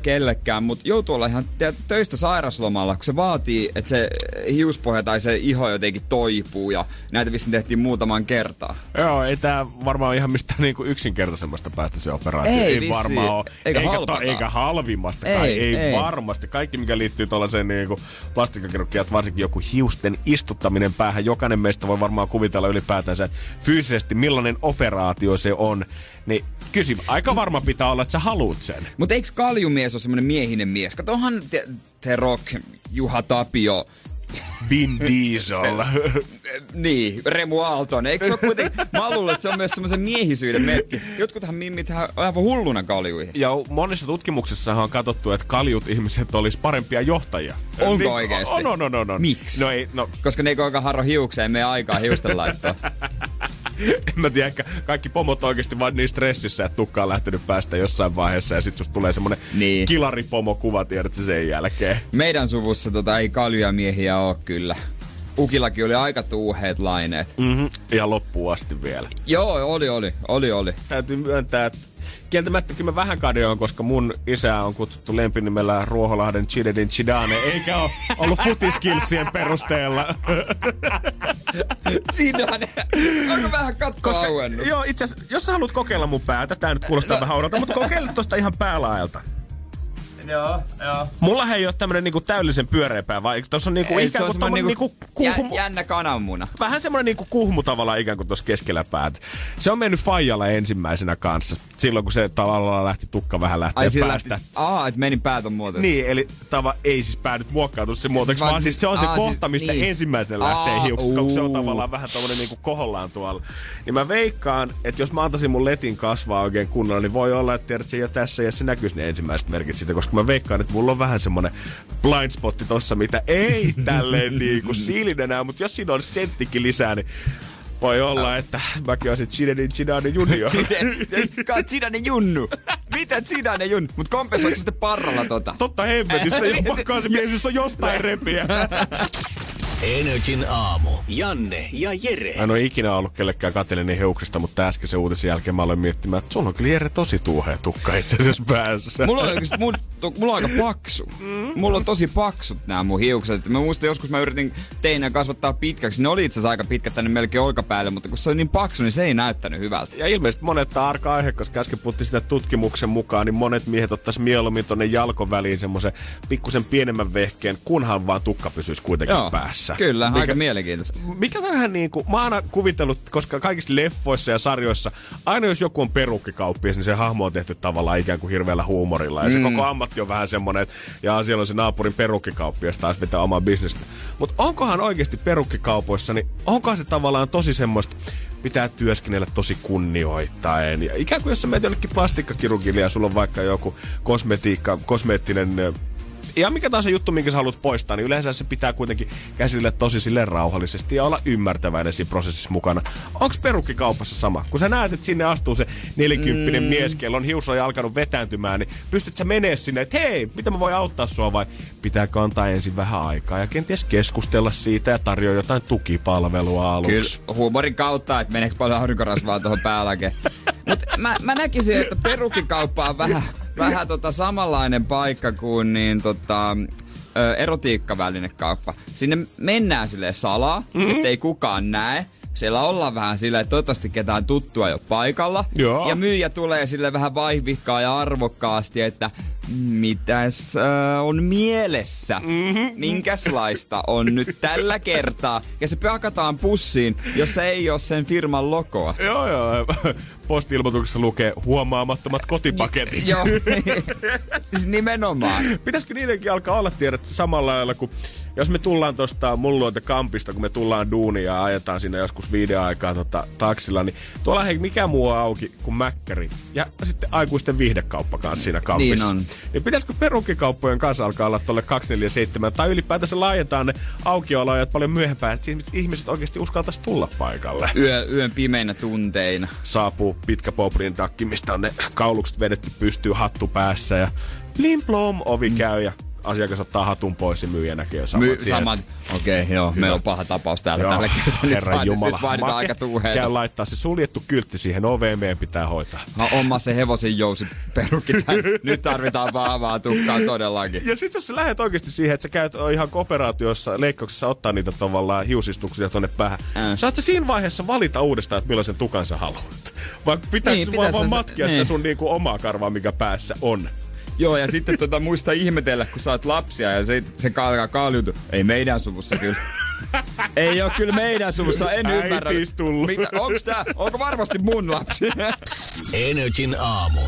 pitkään, mutta joutuu olla ihan töistä sairaslomalla, kun se vaatii, että se hiuspohja tai se iho jotenkin toipuu ja näitä vissiin tehtiin muutaman kertaa. Joo, ei tää varmaan ihan mistään niinku yksinkertaisemmasta päästä se operaatio. Ei varmaan ole. Eikä halvimmastakaan. Ei varmasti. Kaikki mikä liittyy tuollaiseen niinku plastiikkakirurgiaan, varsinkin joku hiusten istuttaminen päähän. Jokainen meistä voi varmaan kuvitella ylipäätänsä fyysisesti millainen operaatio se on. Niin kysy, aika varma pitää olla, että sä haluut sen. Mutta eikö kaljumies ole semmonen miehinen mies? Katohan The Rock, Juha Tapio, Vin Diesel. Niin, Remu Aaltonen. Eikö se ole kuitenkin? Mä luulen, että se on myös semmoisen miehisyyden merkki. Jotkuthan mimmithän on aivan hulluna kaljuihin. Ja monissa tutkimuksissa on katsottu, että kaljut ihmiset olisi parempia johtajia. Onko oikeesti? On. Miksi? No. Koska ne ei koika harro hiuksia, ei mene aikaa hiusten laittaa. En mä tiedä, ehkä kaikki pomot oikeesti vaan niin stressissä, että tukka on lähtenyt päästä jossain vaiheessa ja sit susta tulee semmonen kilaripomo-kuva, tiedätkö sen jälkeen. Meidän suvussa ei kaljuja miehiä oo kyllä. Ukillakin oli aika tuuheet laineet. Ja loppuun asti vielä. Joo, oli. Täytyy myöntää, että kieltämättäkin mä vähän kadeoon, koska mun isä on kutsuttu lempinimellä Ruoholahden Zinedine Zidane, eikä ole ollut futiskilsien perusteella. Zidane! Onko vähän katko auennut? Joo, itse asiassa, jos sä haluat kokeilla mun päätä, tää nyt kuulostaa vähän oudolta, mutta kokeile tosta ihan päälaajalta. Joo. Mulla ei ole tämmönen niinku täydellisen pyöreä pää, vaan tossa on niinku ikään kuin tommonen niinku kuhmu. Jännä kananmuna. Vähän semmonen niinku kuhmu tavallaan ikään kuin tossa keskellä päätä. Se on mennyt faijalla ensimmäisenä kanssa. Silloin kun se tavallaan lähti tukka vähän lähteä päästä. Et meni päät on muotoilu. Niin, eli ei siis pää nyt muokkautu se muotoiksi, vaan siis se on se kohta, mistä ensimmäisenä lähtee hiukset, kun se on tavallaan vähän tommonen niinku kohollaan tuolla. Niin mä veikkaan, että jos mä antaisin mun letin kasvaa oikein kunnolla, niin voi olla, että tiedät se jo tässä ja se näkyisi ne ensimmäiset merkit siitä, koska mä veikkaan, että mulla on vähän semmonen blind spotti tossa, mitä ei tälleen niinku siilin mutta jos siinä olisi senttikin lisää, niin voi olla, että mäkin olisin Zidane junior. Zidane junnu. Mitä Zidane junnu? Mut kompensoiko sitten parralla tota? Totta hemmetissä, pakkaa se mies, jos on jostain repiä. Energin aamu. Janne ja Jere. Mä en ole ikinä ollut kellekään kateellinen hiuksista, mutta äskeisen uutisen jälkeen mä aloin miettimään, että sulla on kyllä Jere tosi tuuhea tukka itse asiassa päässä. Mulla on aika paksu. Mulla on tosi paksut nämä mun hiukset. Mä muistan joskus mä yritin teinä kasvattaa pitkäksi. Ne oli itse asiassa aika pitkät tänne melkein olkapäälle, mutta kun se oli niin paksu, niin se ei näyttänyt hyvältä. Ja ilmeisesti monet, tämä arka aihe, koska äsken puhuttiin sitä tutkimuksen mukaan, niin monet miehet ottais mieluummin tonne jalkoväliin semmoisen pikkusen pienemmän vehkeen, kunhan vaan tukka pysyisi kuitenkin päässä. Kyllä, aika mielenkiintoista. Mikä tähän niinku, mä oon aina kuvitellut, koska kaikissa leffoissa ja sarjoissa, aina jos joku on perukkikauppias, niin se hahmo on tehty tavallaan ikään kuin hirveällä huumorilla. Ja se koko ammatti on vähän semmonen, että siellä on se naapurin perukkikauppias taas vetää omaa bisnestä. Mutta onkohan oikeasti perukkikaupoissa, niin onkohan se tavallaan tosi semmoista, pitää työskennellä tosi kunnioittaen. Ja ikään kuin jos sä menet jonnekin plastiikkakirurgille ja sulla on vaikka joku kosmeettinen ihan mikä taas se juttu, minkä sä haluat poistaa, niin yleensä se pitää kuitenkin käsitellä tosi silleen rauhallisesti ja olla ymmärtäväinen siinä prosessissa mukana. Onks perukkikaupassa sama? Kun sä näet, että sinne astuu se 40 mies, kello on hiusoja alkanut vetääntymään, niin pystyt sä menee sinne, että hei, mitä mä voin auttaa sua vai pitääkö antaa ensin vähän aikaa ja kenties keskustella siitä ja tarjoa jotain tukipalvelua aluksi? Kyllä, huumorin kautta, että meneekö paljon aurinkorasvaa tuohon päälläkin. Mut mä näkisin, että perukkikauppa on vähän samanlainen paikka kuin erotiikkavälinekauppa. Sinne mennään silleen salaa, ettei kukaan näe. Siellä ollaan vähän silleen, että toivottavasti ketään tuttua jo paikalla. Joo. Ja myyjä tulee sille vähän vaihvikkaa ja arvokkaasti, että mitäs on mielessä? Minkäslaista on nyt tällä kertaa? Ja se pakataan pussiin, jos se ei ole sen firman logoa. Joo. Posti-ilmoituksessa lukee huomaamattomat kotipaketit. Joo, siis nimenomaan. Pitäisikö niidenkin alkaa olla tiedät samalla lailla kuin jos me tullaan tosta mun luonte kampista, kun me tullaan duunia ja ajetaan siinä joskus 5 aikaa taksilla, niin tuolla ei mikään muu auki kuin mäkkäri. Ja sitten aikuisten viihdekauppa kanssa siinä kampissa. Niin on. Niin pitäisikö perukkikauppojen kanssa alkaa olla tuolle 247 tai ylipäätänsä laajentaa ne aukioloajat paljon myöhempään, että ihmiset oikeasti uskaltaisi tulla paikalle. Yön pimeinä tunteina. Saapuu pitkä poprin takki, mistä on ne kaulukset vedetty pystyy hattu päässä ja blim blom ovi käy ja asiakas ottaa hatun pois ja myyjä näkee jo saman. Okei, joo. Meillä on paha tapaus täällä tällä kertaa. Herran Jumala. Nyt vaaditaan aika tuuheita. Käy laittaa se suljettu kyltti siihen oveen, meidän pitää hoitaa. Oma se hevosen jousi perukki. Nyt tarvitaan vahvaa tukkaa todellakin. Ja sit jos sä lähdet oikeesti siihen, että sä käyt ihan operaatiossa, leikkauksessa ottaa niitä tavallaan hiusistuksia tonne päähän. Saat sä siinä vaiheessa valita uudestaan, että millaisen tukan sä haluat. Vai pitäis vaan matkia sitä sun niinku omaa karvaa, mikä päässä on. Joo, ja sitten muista ihmetellä, kun sä oot lapsia ja se alkaa kaaliutua. Ei meidän suvussa kyllä. Ei oo kyllä meidän suvussa, en ymmärrä. Onko varmasti mun lapsi? Energin aamu.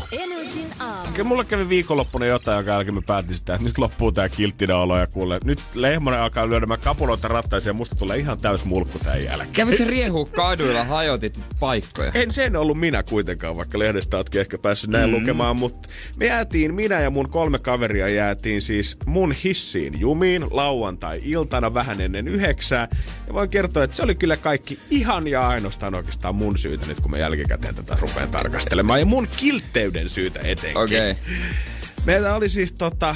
Mulla kävi viikonloppuna jotain, jonka jälkeen mä päätin sitä, että nyt loppuu tää kilttinäolo ja kuule. Nyt Lehmonen alkaa lyödämään kapuloita rattaisia ja musta tulee ihan täys mulkku tän jälkeen. Kävit se riehuu kaduilla, hajotit paikkoja? En ollut minä kuitenkaan, vaikka lehdestä ootkin ehkä päässyt näin lukemaan, mutta me jäätiin, minä ja mun 3 kaveria jäätiin siis mun hissiin jumiin lauantai-iltana vähän ennen 9. Ja voin kertoa, että se oli kyllä kaikki ihan ja ainoastaan oikeastaan mun syytä nyt, kun mä jälkikäteen tätä rupean tarkastelemaan. Ja mun kiltteyden syytä etenkin. Okei. Meitä oli siis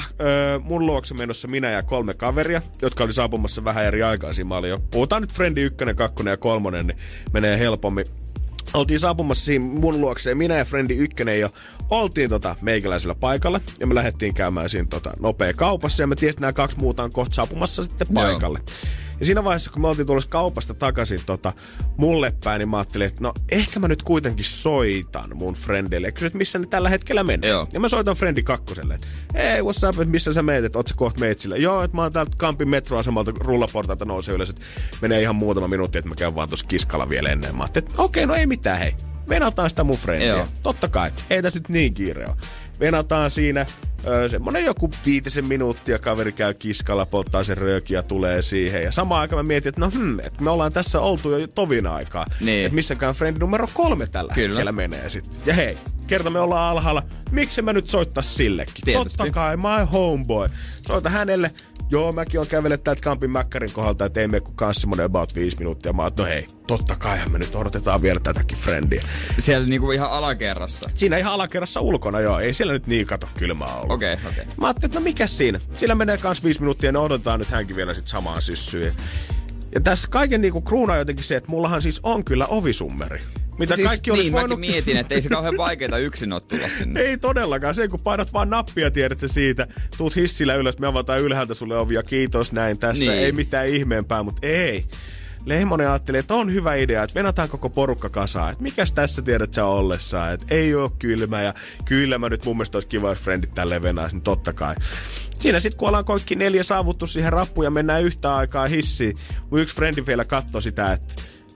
mun luokse menossa minä ja 3 kaveria, jotka oli saapumassa vähän eri aikaa siinä. Mä olin jo, puhutaan nyt Frendi 1, 2 ja 3, niin menee helpommin. Oltiin saapumassa siinä mun luokseen, minä ja Frendi 1 jo oltiin meikäläisellä paikalla. Ja me lähdettiin käymään siinä nopea kaupassa ja me tiesin, että nämä 2 muuta on kohta saapumassa sitten paikalle. Ja siinä vaiheessa, kun me oltiin tulossa kaupasta takaisin mulle päin, niin mä ajattelin, että no ehkä mä nyt kuitenkin soitan mun Frendille. Ja kysyin, että missä ne tällä hetkellä menee. Joo. Ja mä soitan Frendi 2, että hei, what's up, että missä sä meet, että oot sä kohta meitsillä? Joo, että mä oon täältä Kampin metroasemalta rullaportailta nousee ylös, että menee ihan muutama minuutti, että mä käyn vaan tuossa kiskalla vielä ennen. Mä ajattelin, että okei, no ei mitään, hei. Venataan sitä mun Frendiä. Joo. Totta kai, ei tässä nyt niin kiire ole. Venataan siinä semmonen joku 5 minuuttia, kaveri käy kiskalla, polttaa sen röökiä, tulee siihen. Ja samaan aikaan mä mietin, että että me ollaan tässä oltu jo tovin aikaa. Niin. Että missäkään Frendi numero 3 tällä hetkellä menee sit. Ja hei, kerta me ollaan alhaalla, miksi mä nyt soittais sillekin? Tietysti. Totta kai, my homeboy. Soita hänelle. Joo, mäkin oon kävellyt täältä Kampin Mäkkärin kohdalta, et ei mene kukaan semmonen about 5 minuuttia. Mä oon, no hei, totta kaihan me nyt odotetaan vielä tätäkin Frendiä. Siellä niinku ihan alakerrassa? Siinä ihan alakerrassa ulkona, joo. Ei siellä nyt niin kato kylmää ollut. Okei. Mä ajattelin, että no mikäs siinä? Sillä menee kans 5 minuuttia ja ne odotetaan nyt hänkin vielä sit samaan syssyyn. Ja tässä kaiken niinku kruunaa jotenkin se, että mullahan siis on kyllä ovisummeri. Mitä siis kaikki olisi voinut... mäkin mietin, että ei se kauhean vaikeeta yksin ole tulla sinne. Ei todellakaan. Se, kun painat vaan nappia, tiedätte siitä. Tuut hissillä ylös, me avataan ylhäältä sulle ovia. Kiitos, näin tässä. Niin. Ei mitään ihmeempää, mutta ei. Lehmonen ajatteli, että on hyvä idea, että venataan koko porukka kasaan. Että mikäs tässä tiedät sä ollessaan, että ei oo kylmä. Ja kyllä mä nyt mun mielestä olisi kiva, jos Frendit tälleen venais, niin totta kai. Siinä sit kun ollaan kaikki 4 saavuttu siihen rappuun ja mennään yhtä aikaa hissiin. Mun yksi Frendi vielä katsoi sitä, että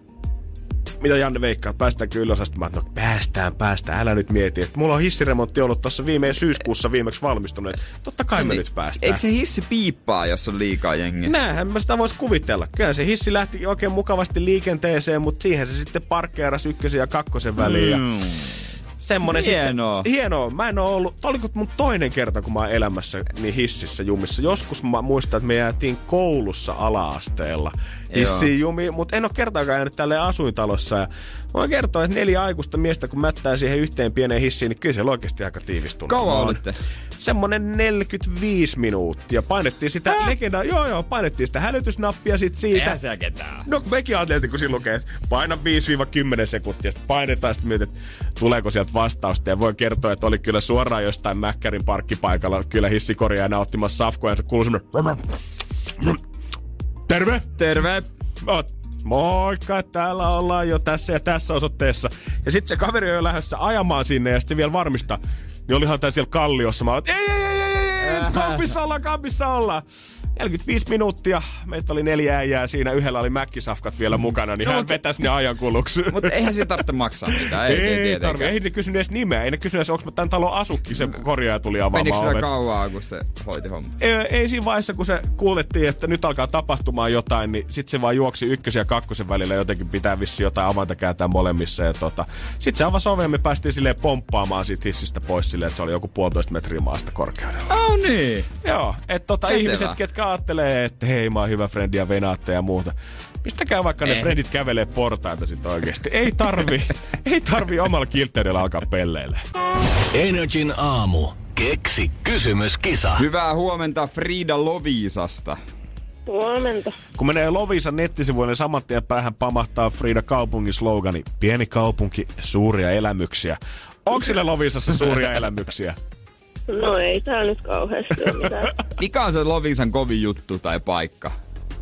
mitä Janne veikkaa, päästäänkö ylös? Mä no päästään, älä nyt mieti. Että mulla on hissiremontti ollut tuossa viime syyskuussa viimeksi valmistunut. Totta kai me nyt päästään. Eikö se hissi piippaa, jos on liikaa jengiä? Näinhän mä sitä vois kuvitella. Kyllä se hissi lähti oikein mukavasti liikenteeseen, mutta siihen se sitten parkkeerasi 1 ja 2 väliin. Ja semmonen hienoa. Mä en oo ollut, oliko mun toinen kerta, kun mä oon elämässä niin hississä jumissa. Joskus mä muistan, että me jäätiin koulussa ala-asteella hissiin jumiin, mutta en oo kertaakaan jäänyt tälleen asuintalossa. Ja mä voin kertoa, että 4 aikuista miestä, kun mättää siihen yhteen pieneen hissiin, niin kyllä se on oikeasti aika tiivistunut. Kauan olitte? Semmonen 45 minuuttia. Painettiin sitä painettiin sitä hälytysnappia sit siitä. Eihän siellä ketään. No mekin ajateltiin, kun siinä lukee, että paina 5-10 sekuntia. Sitten painetaan sitten mietit, että tuleeko sieltä vastausta. Ja voin kertoa, että oli kyllä suoraan jostain Mäkkärin parkkipaikalla kyllä hissikorjaajana ottimassa safkoja. Ja se kuului semmonen... Terve! Moikka, täällä ollaan jo tässä ja tässä osoitteessa. Ja sitten se kaveri on jo lähdössä ajamaan sinne ja sitten vielä varmistaa. Niin olihan tää siellä kalliossa. Mä olet, ei, kampissa ollaan. 45 minuuttia. Meitä oli 4 äijää siinä. Yhdellä oli mäkkisafkat vielä mukana, niin hän vetäisi ne ajankuluksi. Mutta eihän se tarvitse maksaa mitään. Ei tarvitse. Ei ne kysynyt edes nimeä. Ei ne kysynyt edes, onko mä tämän talon asukki. Se korjaaja tuli avaamaan ovet. Menikö sitä kauaa, kun se hoiti homma? Ei siinä vaiheessa, kun se kuulettiin, että nyt alkaa tapahtumaan jotain, niin sit se vaan juoksi 1 ja 2 välillä. Jotenkin pitää vissiin jotain avanta kääntää molemmissa. Ja sit se avasi oven ja me päästiin silleen pomppaamaan siitä hissistä pois silleen, että se oli joku 1,5 metriä maasta korkeudella. Oh niin. Joo, että ihmiset, ketkä ajattelee, että hei, mä oon hyvä frendi ja venaatte ja muuta. Pistäkää vaikka ne frendit kävelee portaita sit oikeesti. Ei tarvi omalla kiltteydellä alkaa pelleille. Energin aamu. Keksi kysymyskisa. Hyvää huomenta Frida Loviisasta. Huomenta. Kun menee Loviisan nettisivuille, niin saman tien päähän pamahtaa Frida kaupungin slogani. Pieni kaupunki, suuria elämyksiä. Onko sille Loviisassa suuria elämyksiä? No ei täällä nyt kauheasti ole mitään. Mikä on se Loviisan kovin juttu tai paikka?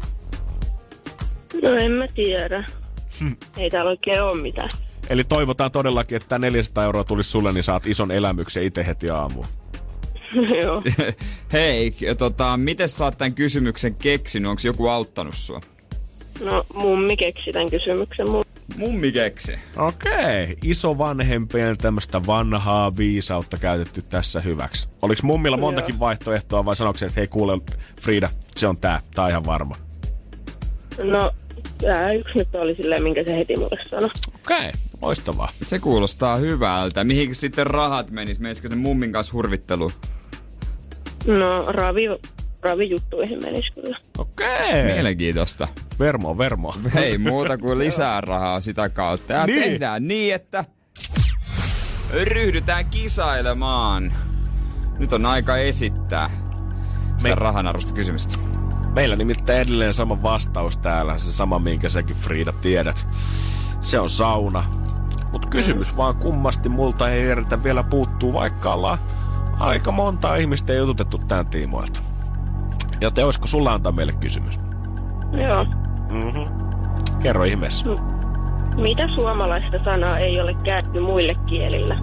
No en mä tiedä. Ei täällä oikein ole mitään. Eli toivotaan todellakin, että tämä 400 € tulisi sulle, niin saat ison elämyksen itse heti aamuun. Joo. Hei, miten sä oot tämän kysymyksen keksinyt? Onko joku auttanut sua? No mummi keksi tämän kysymyksen. Mummi keksi. Okei. Isovanhempien tämmöistä vanhaa viisautta käytetty tässä hyväksi. Oliko mummilla montakin vaihtoehtoa vai sanoiko se, että hei kuule Frida, se on tää on ihan varma? No, tää yksi nyt oli silleen, minkä se heti mulle sanoi. Okei, loistavaa. Se kuulostaa hyvältä. Mihin sitten rahat menis? Menisikö te mummin kanssa hurvitteluun? No, ravijuttuihin menis kyllä. Okei. Mielenkiintoista. Vermo. Hei, muuta kuin lisää rahaa sitä kautta. Ja niin. Tehdään niin, että ryhdytään kisailemaan. Nyt on aika esittää sitä rahanarvoista kysymystä. Meillä nimittäin edelleen sama vastaus täällä, se sama minkä säkin Frida tiedät. Se on sauna. Mut kysymys vaan kummasti multa ei edetä vielä puuttuu, vaikka ollaan aika monta ihmistä jututettu tän tiimoilta. Joten olisiko sulla antaa meille kysymys? Joo. Kerro ihmeessä. Mitä suomalaista sanaa ei ole käännetty muille kielillä?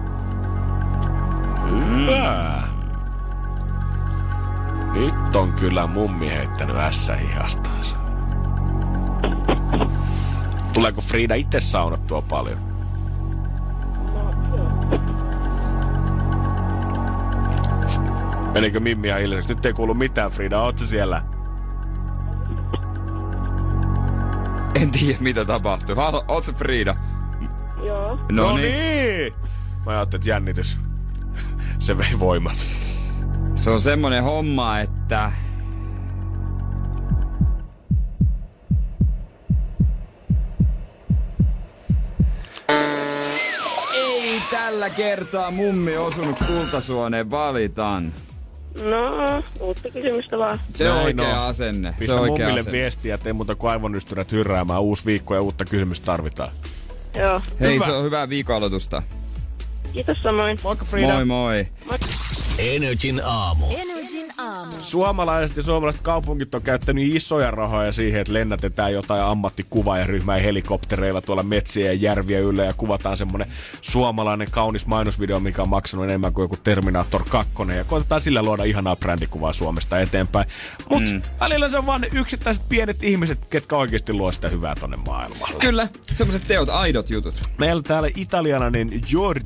Hyvä. Nyt on kyllä mummi heittänyt ässä-hihastansa. Tuleeko Frida itse saunattua paljon? Menikö Mimmi ihan hiljaiseksi? Nyt ei kuulu mitään, Frida. Ootko siellä? En tiedä, mitä tapahtuu. Ootko Frida? Joo. No niin! Mä ajattelin, että jännitys. Se vei voimat. Se on semmonen homma, että... Ei tällä kertaa mummi osunut kultasuoneen, valitan. No, uutta kysymystä vaan. Se on oikea asenne. Pistä mummille viestiä, ettei muuta kuin aivonystyrät hyrräämään. Uusi viikko ja uutta kysymystä tarvitaan. Joo. Hei, hyvä. Se on hyvää viikonaloitusta. Kiitos samoin. Moikka Frida. Moi. Energin aamu. Suomalaiset kaupungit on käyttänyt isoja rahoja siihen, että lennätetään jotain ammattikuvaajaryhmää helikoptereilla tuolla metsiä ja järviä yllä ja kuvataan semmonen suomalainen kaunis mainosvideo, mikä on maksanut enemmän kuin joku Terminator 2 ja koitetaan sillä luoda ihanaa brändikuvaa Suomesta eteenpäin. Mut välillä se on vaan ne yksittäiset pienet ihmiset, ketkä oikeasti luo sitä hyvää tonne maailmalle. Kyllä, semmoset teot, aidot jutut. Meillä täällä italialainen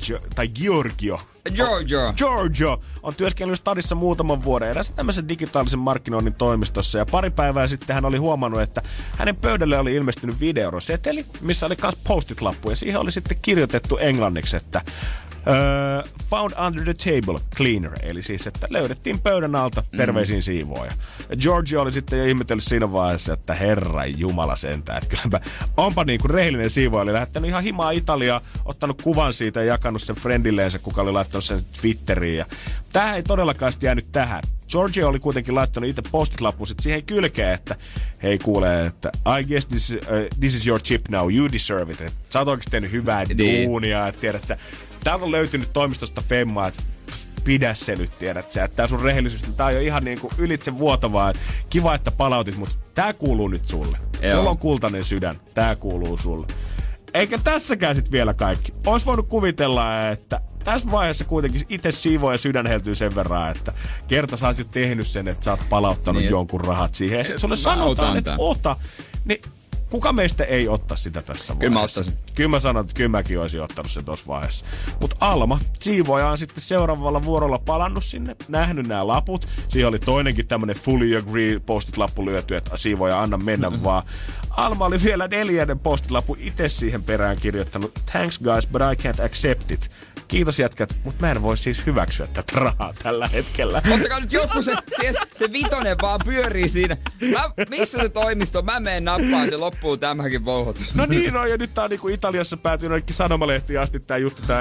Giorgio on työskennellyt stadissa muutaman vuoden erässä tämmöisen digitaalisen markkinoinnin toimistossa ja pari päivää sitten hän oli huomannut, että hänen pöydälle oli ilmestynyt videoroseteli, missä oli kans postit-lappu ja siihen oli sitten kirjoitettu englanniksi, että found under the table cleaner, eli siis, että löydettiin pöydän alta, terveisiin siivooja. Ja Giorgio oli sitten jo ihmetellyt siinä vaiheessa, että herran jumala sentään, että kylläpä onpa niinku rehellinen siivooja, oli lähettänyt ihan himaa Italiaa, ottanut kuvan siitä ja jakanut sen friendilleensä, kuka oli laittanut sen Twitteriin. Ja tämähän ei todellakaan sitten jäänyt tähän. Giorgio oli kuitenkin laittanut itse postit-lapun siihen kylkeen, että hei kuulee, että I guess this is your tip now, you deserve it. Et sä oot oikeasti tehnyt hyvää duunia, että tiedät sä, täältä on löytynyt toimistosta femmaa, että pidä se nyt, tiedät sä, että tää sun rehellisyys, tää on jo ihan niinku ylitse vuotavaa, kiva, että palautit, mutta tää kuuluu nyt sulle. Sulla on kultainen sydän, tää kuuluu sulle. Eikä tässäkään sit vielä kaikki. Ois voinut kuvitella, että tässä vaiheessa kuitenkin itse siivoo ja sydän heltyy sen verran, että kerta sä oot jo tehnyt sen, että sä oot palauttanut jonkun rahat siihen. Ja sulle sanotaan, että ota, niin kuka meistä ei ottaa sitä tässä vaiheessa? Kyllä mä ottaisin. Kyllä mä sanon, että kyllä mäkin olisin ottanut sen tuossa vaiheessa. Mutta Alma, siivooja, on sitten seuraavalla vuorolla palannut sinne, nähnyt nämä laput. Siihen oli toinenkin tämmönen fully agree postit-lappu lyöty, että siivooja anna mennä vaan. Alma oli vielä 4. postit-lappu itse siihen perään kirjoittanut, thanks guys, but I can't accept it. Kiitos jätkät, mutta mä en voi siis hyväksyä tätä rahaa tällä hetkellä. Ottakaa nyt joku se vitonen vaan pyörii siinä. Missä se toimisto? Mä menen nappaan, se loppuu tämäkin vouhotus. No niin on, ja nyt tää on niinku Italiassa päätynyt ainakin sanomalehtiin asti tää juttu, että miten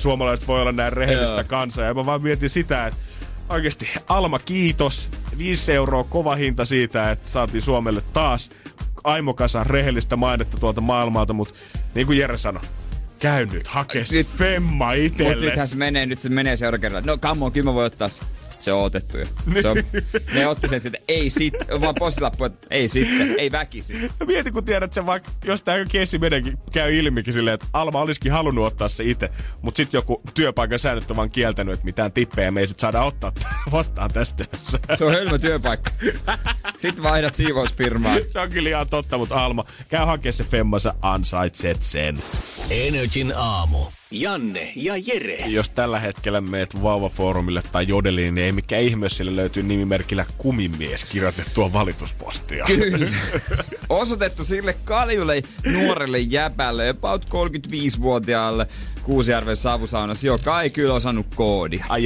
suomalaiset voi olla näin rehellistä kansaa. Ja mä vaan mietin sitä, että oikeesti Alma, kiitos. 5 € kova hinta siitä, että saatiin Suomelle taas aimokasan rehellistä mainetta tuolta maailmalta, mutta niin kuin Jere sanoi, käy nyt, hakee se femma itelles. Mut nythän se menee seuraava kerralla. No come on, kyllä mä voin ottaa se on otettu jo. Ne otti sen sitten, ei sitten, vaan postilappu, että ei sitten, ei väkisin. Mieti, kun tiedät sen vaikka, jos tää keissi meidänkin käy ilmikin silleen, että Alma olisikin halunnut ottaa se itse, mutta sitten joku työpaikan säännöt on vaan kieltänyt, että mitään tippejä me ei sit saada ottaa vastaan tästä. Se on hölmö työpaikka. Sitten vaihdat siivousfirmaa. Se on kyllä ihan totta, mutta Alma, käy hakea se femmansa, ansaitset sen. Energin aamu. Janne ja Jere. Jos tällä hetkellä meet Vauva-foorumille tai Jodeliin, niin ei mikään ihme, jos sille löytyy nimimerkillä Kumimies kirjoitettua valituspostia. Kyllä. Osoitettu sille kaljulle nuorelle jäpälle, about 35-vuotiaalle Kuusijärven savusaunassa, joka ei kyllä osannut koodia. Ai.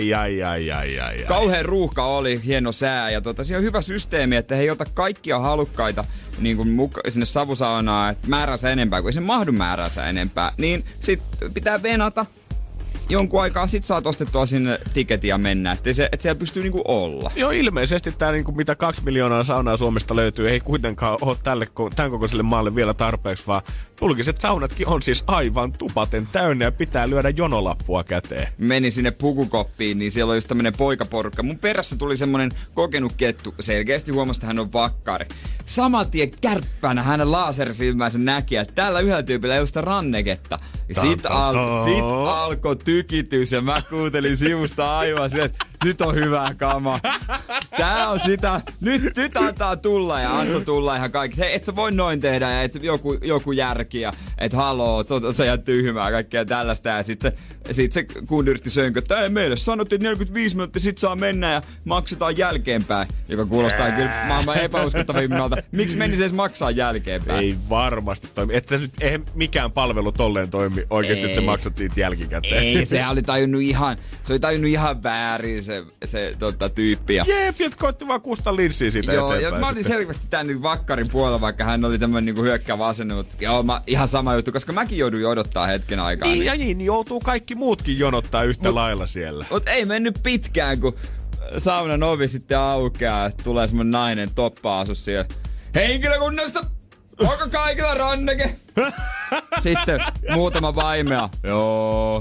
Kauhean ruuhka oli, hieno sää ja siinä on hyvä systeemi, että he ei ota kaikkia halukkaita niin kuin sinne savusaunaan, että määränsä enempää, kun ei se mahdu määränsä enempää. Niin sit pitää venata jonkun aikaa, sit saat ostettua sinne tiketin ja mennä, että siellä pystyy niinku olla. Joo, ilmeisesti tää niinku mitä 2 miljoonaa saunaa Suomesta löytyy, ei kuitenkaan ole tämän kokoiselle maalle vielä tarpeeksi, vaan julkiset saunatkin on siis aivan tupaten täynnä ja pitää lyödä jonolappua käteen. Menin sinne pukukoppiin, niin siellä oli just tämmönen poikaporukka. Mun perässä tuli semmonen kokenut kettu, selkeästi huomasi, että hän on vakkari. Samatien kärppänä hänen lasersilmänsä näki, että tällä yhdellä tyypillä ei ole sitä ranneketta. Ja sit alkoi tykitys ja mä kuuntelin sivusta aivan se, että nyt on hyvää kamaa. Tää on sitä, nyt antaa tulla ja antoi tulla ihan kaikki. Hei, et sä voi noin tehdä ja et joku järki ja et haloo, sä jää tyhmää kaikkea tällaista. Ja sit se kundi yritti sönkö, että ei meille sanottiin, että 45 minuuttia sit saa mennä ja maksetaan jälkeenpäin. Joka kuulostaa kyllä maailman epäuskottavimmalta. Miksi menisi edes maksaa jälkeenpäin? Ei varmasti toimi. Että nyt eihän mikään palvelu tolleen toimi oikeesti, että sä maksat siitä jälkikäteen. Ei, se oli tajunnut ihan väärin se tyyppi. Jep, et koitti vaan kustaa linssiä siitä eteenpäin. Joo, mä olin selvästi tän nyt vakkarin puolella, vaikka hän oli tämmönen niinku hyökkäävä asenne, mutta joo, ihan sama juttu, koska mäkin jouduin odottaa hetken aikaa. Niin joutuu kaikki muutkin jonottaa yhtä lailla siellä. Mut ei mennyt pitkään, kun saunan ovi sitten aukeaa, että tulee semmonen nainen toppa-asus siellä. Henkilökunnasta! Onko kaikilla ranneke? Sitten muutama vaimea. Joo.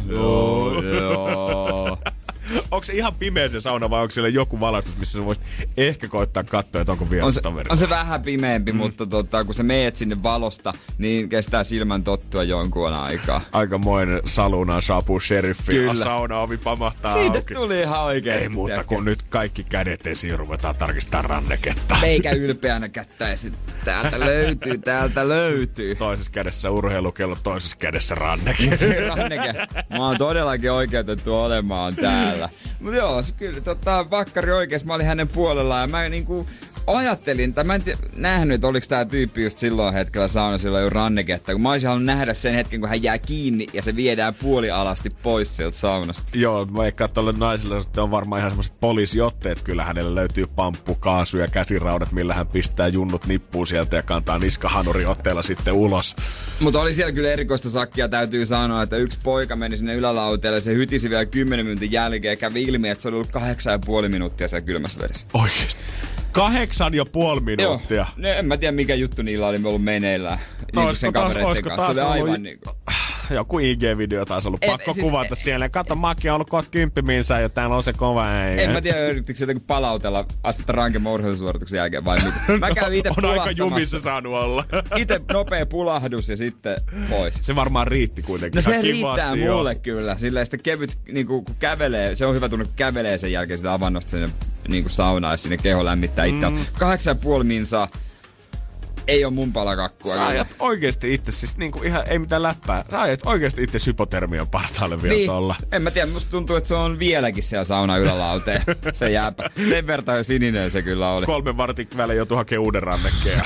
Onko se ihan pimeä se sauna vai onko siellä joku valaistus, missä sä voisit ehkä koittaa katsoa, että onko vierastoveri? On se vähän pimeämpi, mutta kun sä meet sinne valosta, niin kestää silmän tottua jonkun aikaa. Aikamoinen saluna saapuu sheriffi. Saunaovi pamahtaa siitä auki. Siitä tuli ihan oikeesti. Ei muuta kuin nyt kaikki kädet esiin ruvetaan tarkistaa ranneketta. Meikä ylpeänä kättäisin. Täältä löytyy. Toisessa kädessä urheilukello, toisessa kädessä ranneke. Mä oon todellakin oikeutettu olemaan täällä. Mut joo, kyllä vakkari oikeesti, mä olin hänen puolellaan ja mä niinku ajattelin, tai mä en nähnyt, että oliks tää tyyppi just silloin hetkellä sauna silloin jo ranneketta, kun mä olisin halunnut nähdä sen hetken, kun hän jää kiinni ja se viedään puolialasti pois sieltä saunasta. Joo, vaikka tolle naiselle on varmaan ihan semmoset poliisiotteet, kyllä hänellä löytyy pamppu, kaasu ja käsiraudat, millä hän pistää junnut nippuun sieltä ja kantaa niskahanuriotteella sitten ulos. Mutta oli siellä kyllä erikoista sakkia, täytyy sanoa, että yksi poika meni sinne ylälauteelle, se hytisi vielä 10 minuutin jälkeen ja kävi ilmi, että se oli ollut 8,5 minuuttia siellä kylmässä vedessä. Oikeesti? 8,5 minuuttia? Joo, en mä tiedä mikä juttu niillä oli ollut meneillään. Niin sen kavereiden kanssa. Se oli aivan niinku... Joku IG-video taas ollut pakko kuvata siellä. Kato, Maki on ollut kohta 10 ja täällä on se kova äijä. En mä tiedä, yrittikö se jotenkin palautella astetta rankemman urheilusuorituksen jälkeen vai mitä. Mä kävin ite on aika jumissa saanut olla. Ite nopea pulahdus ja sitten pois. Se varmaan riitti kuitenkin. No se riittää mulle kyllä. Sillä sitten kevyt, niinku, kun kävelee, se on hyvä tunne, kun kävelee sen jälkeen sitä avannosta sinne niinku saunaan ja sinne keho lämmittää itseään. 8,5 minsaa. Ei oo mun palakakkua. Sä ajat oikeesti itse, siis niinku ihan ei mitään läppää. Sä ajat oikeesti itse hypotermian partaalle vielä tolla. En mä tiedä, musta tuntuu, että se on vieläkin siellä sauna ylälauteen. Se jääpä. Sen verran jo sininen se kyllä oli. 3 vartin välein joutuu hakemaan uuden rannekkeen.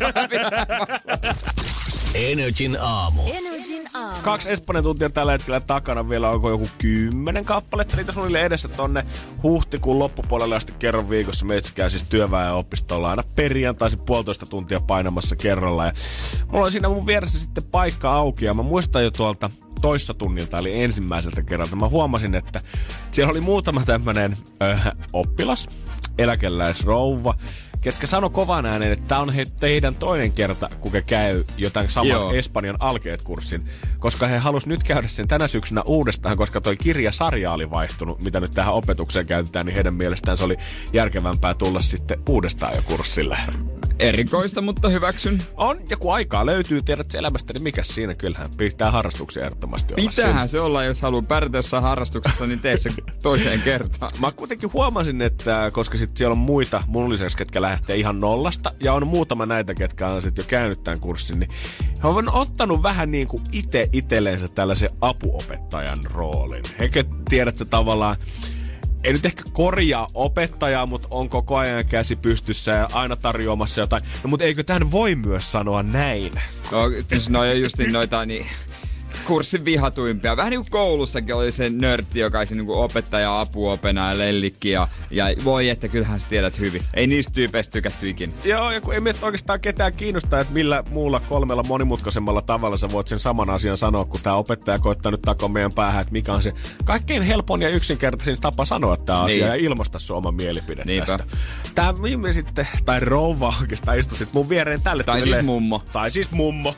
Energin aamu. 2 Espanjan tuntia tällä hetkellä takana, vielä onko joku 10 kappaletta niitä suunnilleen edessä tonne huhtikuun loppupuolelle asti kerran viikossa. Meitsi käy siis työväenopistolla aina perjantaisin 1,5 tuntia painamassa kerralla. Ja mulla on siinä mun vieressä sitten paikka auki ja mä muistan jo tuolta toissa tunnilta, eli ensimmäiseltä kerralta. Mä huomasin, että siellä oli muutama tämmönen oppilas, eläkeläisrouva, ketkä sano kovan ääneen, että tää on teidän toinen kerta, kun he käy jotain saman Espanjan alkeet-kurssin. Koska he halus nyt käydä sen tänä syksynä uudestaan, koska toi kirjasarja oli vaihtunut, mitä nyt tähän opetukseen käytetään, niin heidän mielestään se oli järkevämpää tulla sitten uudestaan jo kurssille. Erikoista, mutta hyväksyn. On, ja kun aikaa löytyy, tiedät elämästä, niin mikäs siinä, kyllähän pitää harrastuksia ehdottomasti olla. Pitäähän se olla, jos haluaa pärjätä jossain harrastuksessa, niin tee se toiseen kertaan. Mä kuitenkin huomasin, että koska sit siellä on muita mun lisäksi, ketkä lähtee ihan nollasta, ja on muutama näitä, ketkä on sit jo käynyt tämän kurssin, niin he on ottanut vähän niin kuin itselleensä tällaisen apuopettajan roolin. Eikä tiedät se tavallaan, ei nyt ehkä korjaa opettajaa, mutta on koko ajan käsi pystyssä ja aina tarjoamassa jotain. No mutta eikö tämän voi myös sanoa näin? No just niin noita niin kurssin vihatuimpia. Vähän niin kuin koulussakin oli se nörtti, joka oli se niin kuin opettaja, apuopena ja lellikki. Ja voi, että kyllähän sä tiedät hyvin. Ei niistä tyypeistä tykätty ikinä. Joo, ja kun ei meitä oikeastaan ketään kiinnostaa, että millä muulla 3 monimutkaisemmalla tavalla sä voit sen saman asian sanoa, kun tää opettaja koittaa nyt takoa meidän päähän, että mikä on se kaikkein helpoin ja yksinkertaisin tapa sanoa tää asia ja ilmaista sun oma mielipide tästä. Tää viime sitten, tai rouva oikeastaan istui sit mun viereen tälle. Tai siis mummo.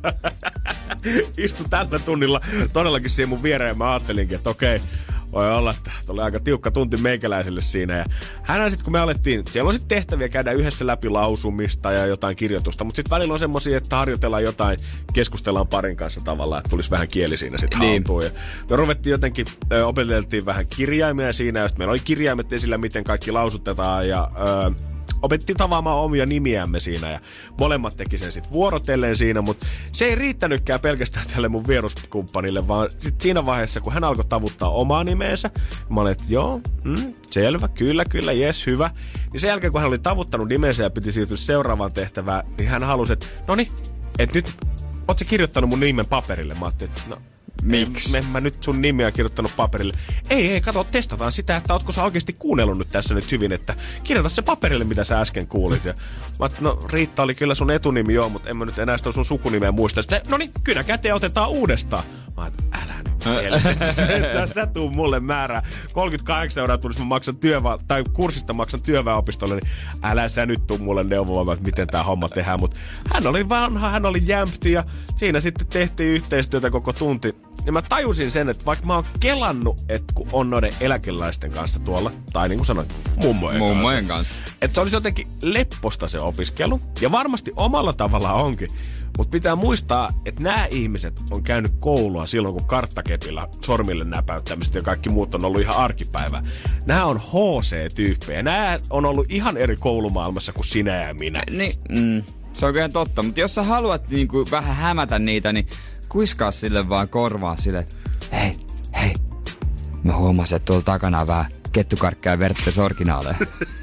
Istu tällä tunnilla todellakin siihen mun viereen. Mä ajattelinkin, että okei, voi olla, että oli aika tiukka tunti meikäläiselle siinä. Ja hänhän sitten, kun me alettiin, siellä on sitten tehtäviä, käydä yhdessä läpi lausumista ja jotain kirjoitusta, mutta sitten välillä on semmosia, että harjoitellaan jotain, keskustellaan parin kanssa tavallaan, että tulisi vähän kieli siinä sitten haltuun. Ja me ruvettiin jotenkin, opeteltiin vähän kirjaimia siinä, ja meillä oli kirjaimet esillä, miten kaikki lausutetaan, ja opettiin tavaamaan omia nimiämme siinä ja molemmat teki sen sitten vuorotellen siinä, mutta se ei riittänytkään pelkästään tälle mun vieruskumppanille, vaan sit siinä vaiheessa, kun hän alkoi tavuttaa omaa nimeensä, mä olin, että joo, selvä, kyllä, jes, hyvä. Niin sen jälkeen, kun hän oli tavuttanut nimensä ja piti siirtyä seuraavaan tehtävään, niin hän halusi, että noniin, että nyt, oot sä kirjoittanut mun nimen paperille? Mä ajattelin, että no, miksi? Mä nyt sun nimiä kirjoittanut paperille. Ei, kato, testataan sitä, että ootko sä oikeasti kuunnellut nyt tässä nyt hyvin, että kirjoita se paperille, mitä sä äsken kuulit. Ja mä no Riitta oli kyllä sun etunimi joo, mutta en mä nyt enää sitä sun sukunimeä muista. Sitten, noniin, kynä käteen otetaan uudestaan. Mä älä nyt sä tuu mulle määrää. 38 € tulisi mä maksan kurssista maksan työväenopistolle, niin älä sä nyt tuu mulle neuvomaan, että miten tää homma tehdään. Mutta hän oli vanha, hän oli jämpti ja siinä sitten tehtiin yhteistyötä koko tunti. Ja mä tajusin sen, että vaikka mä oon kelannut, että kun on noiden eläkeläisten kanssa tuolla, tai niin kuin sanoit, mummojen kanssa. Että se olisi jotenkin lepposta se opiskelu. Ja varmasti omalla tavalla onkin. Mutta pitää muistaa, että nämä ihmiset on käynyt koulua silloin, kun karttakepillä sormille näpäyttämiset ja kaikki muut on ollut ihan arkipäivää. Nämä on HC-tyyppejä. Nämä on ollut ihan eri koulumaailmassa kuin sinä ja minä. Se on kyllä totta. Mutta jos sä haluat niinku vähän hämätä niitä, niin kuiskaa sille vaan korvaa sille, että hei, mä huomasin, että tuolla takana on vähän kettukarkkaa versus originaaleja.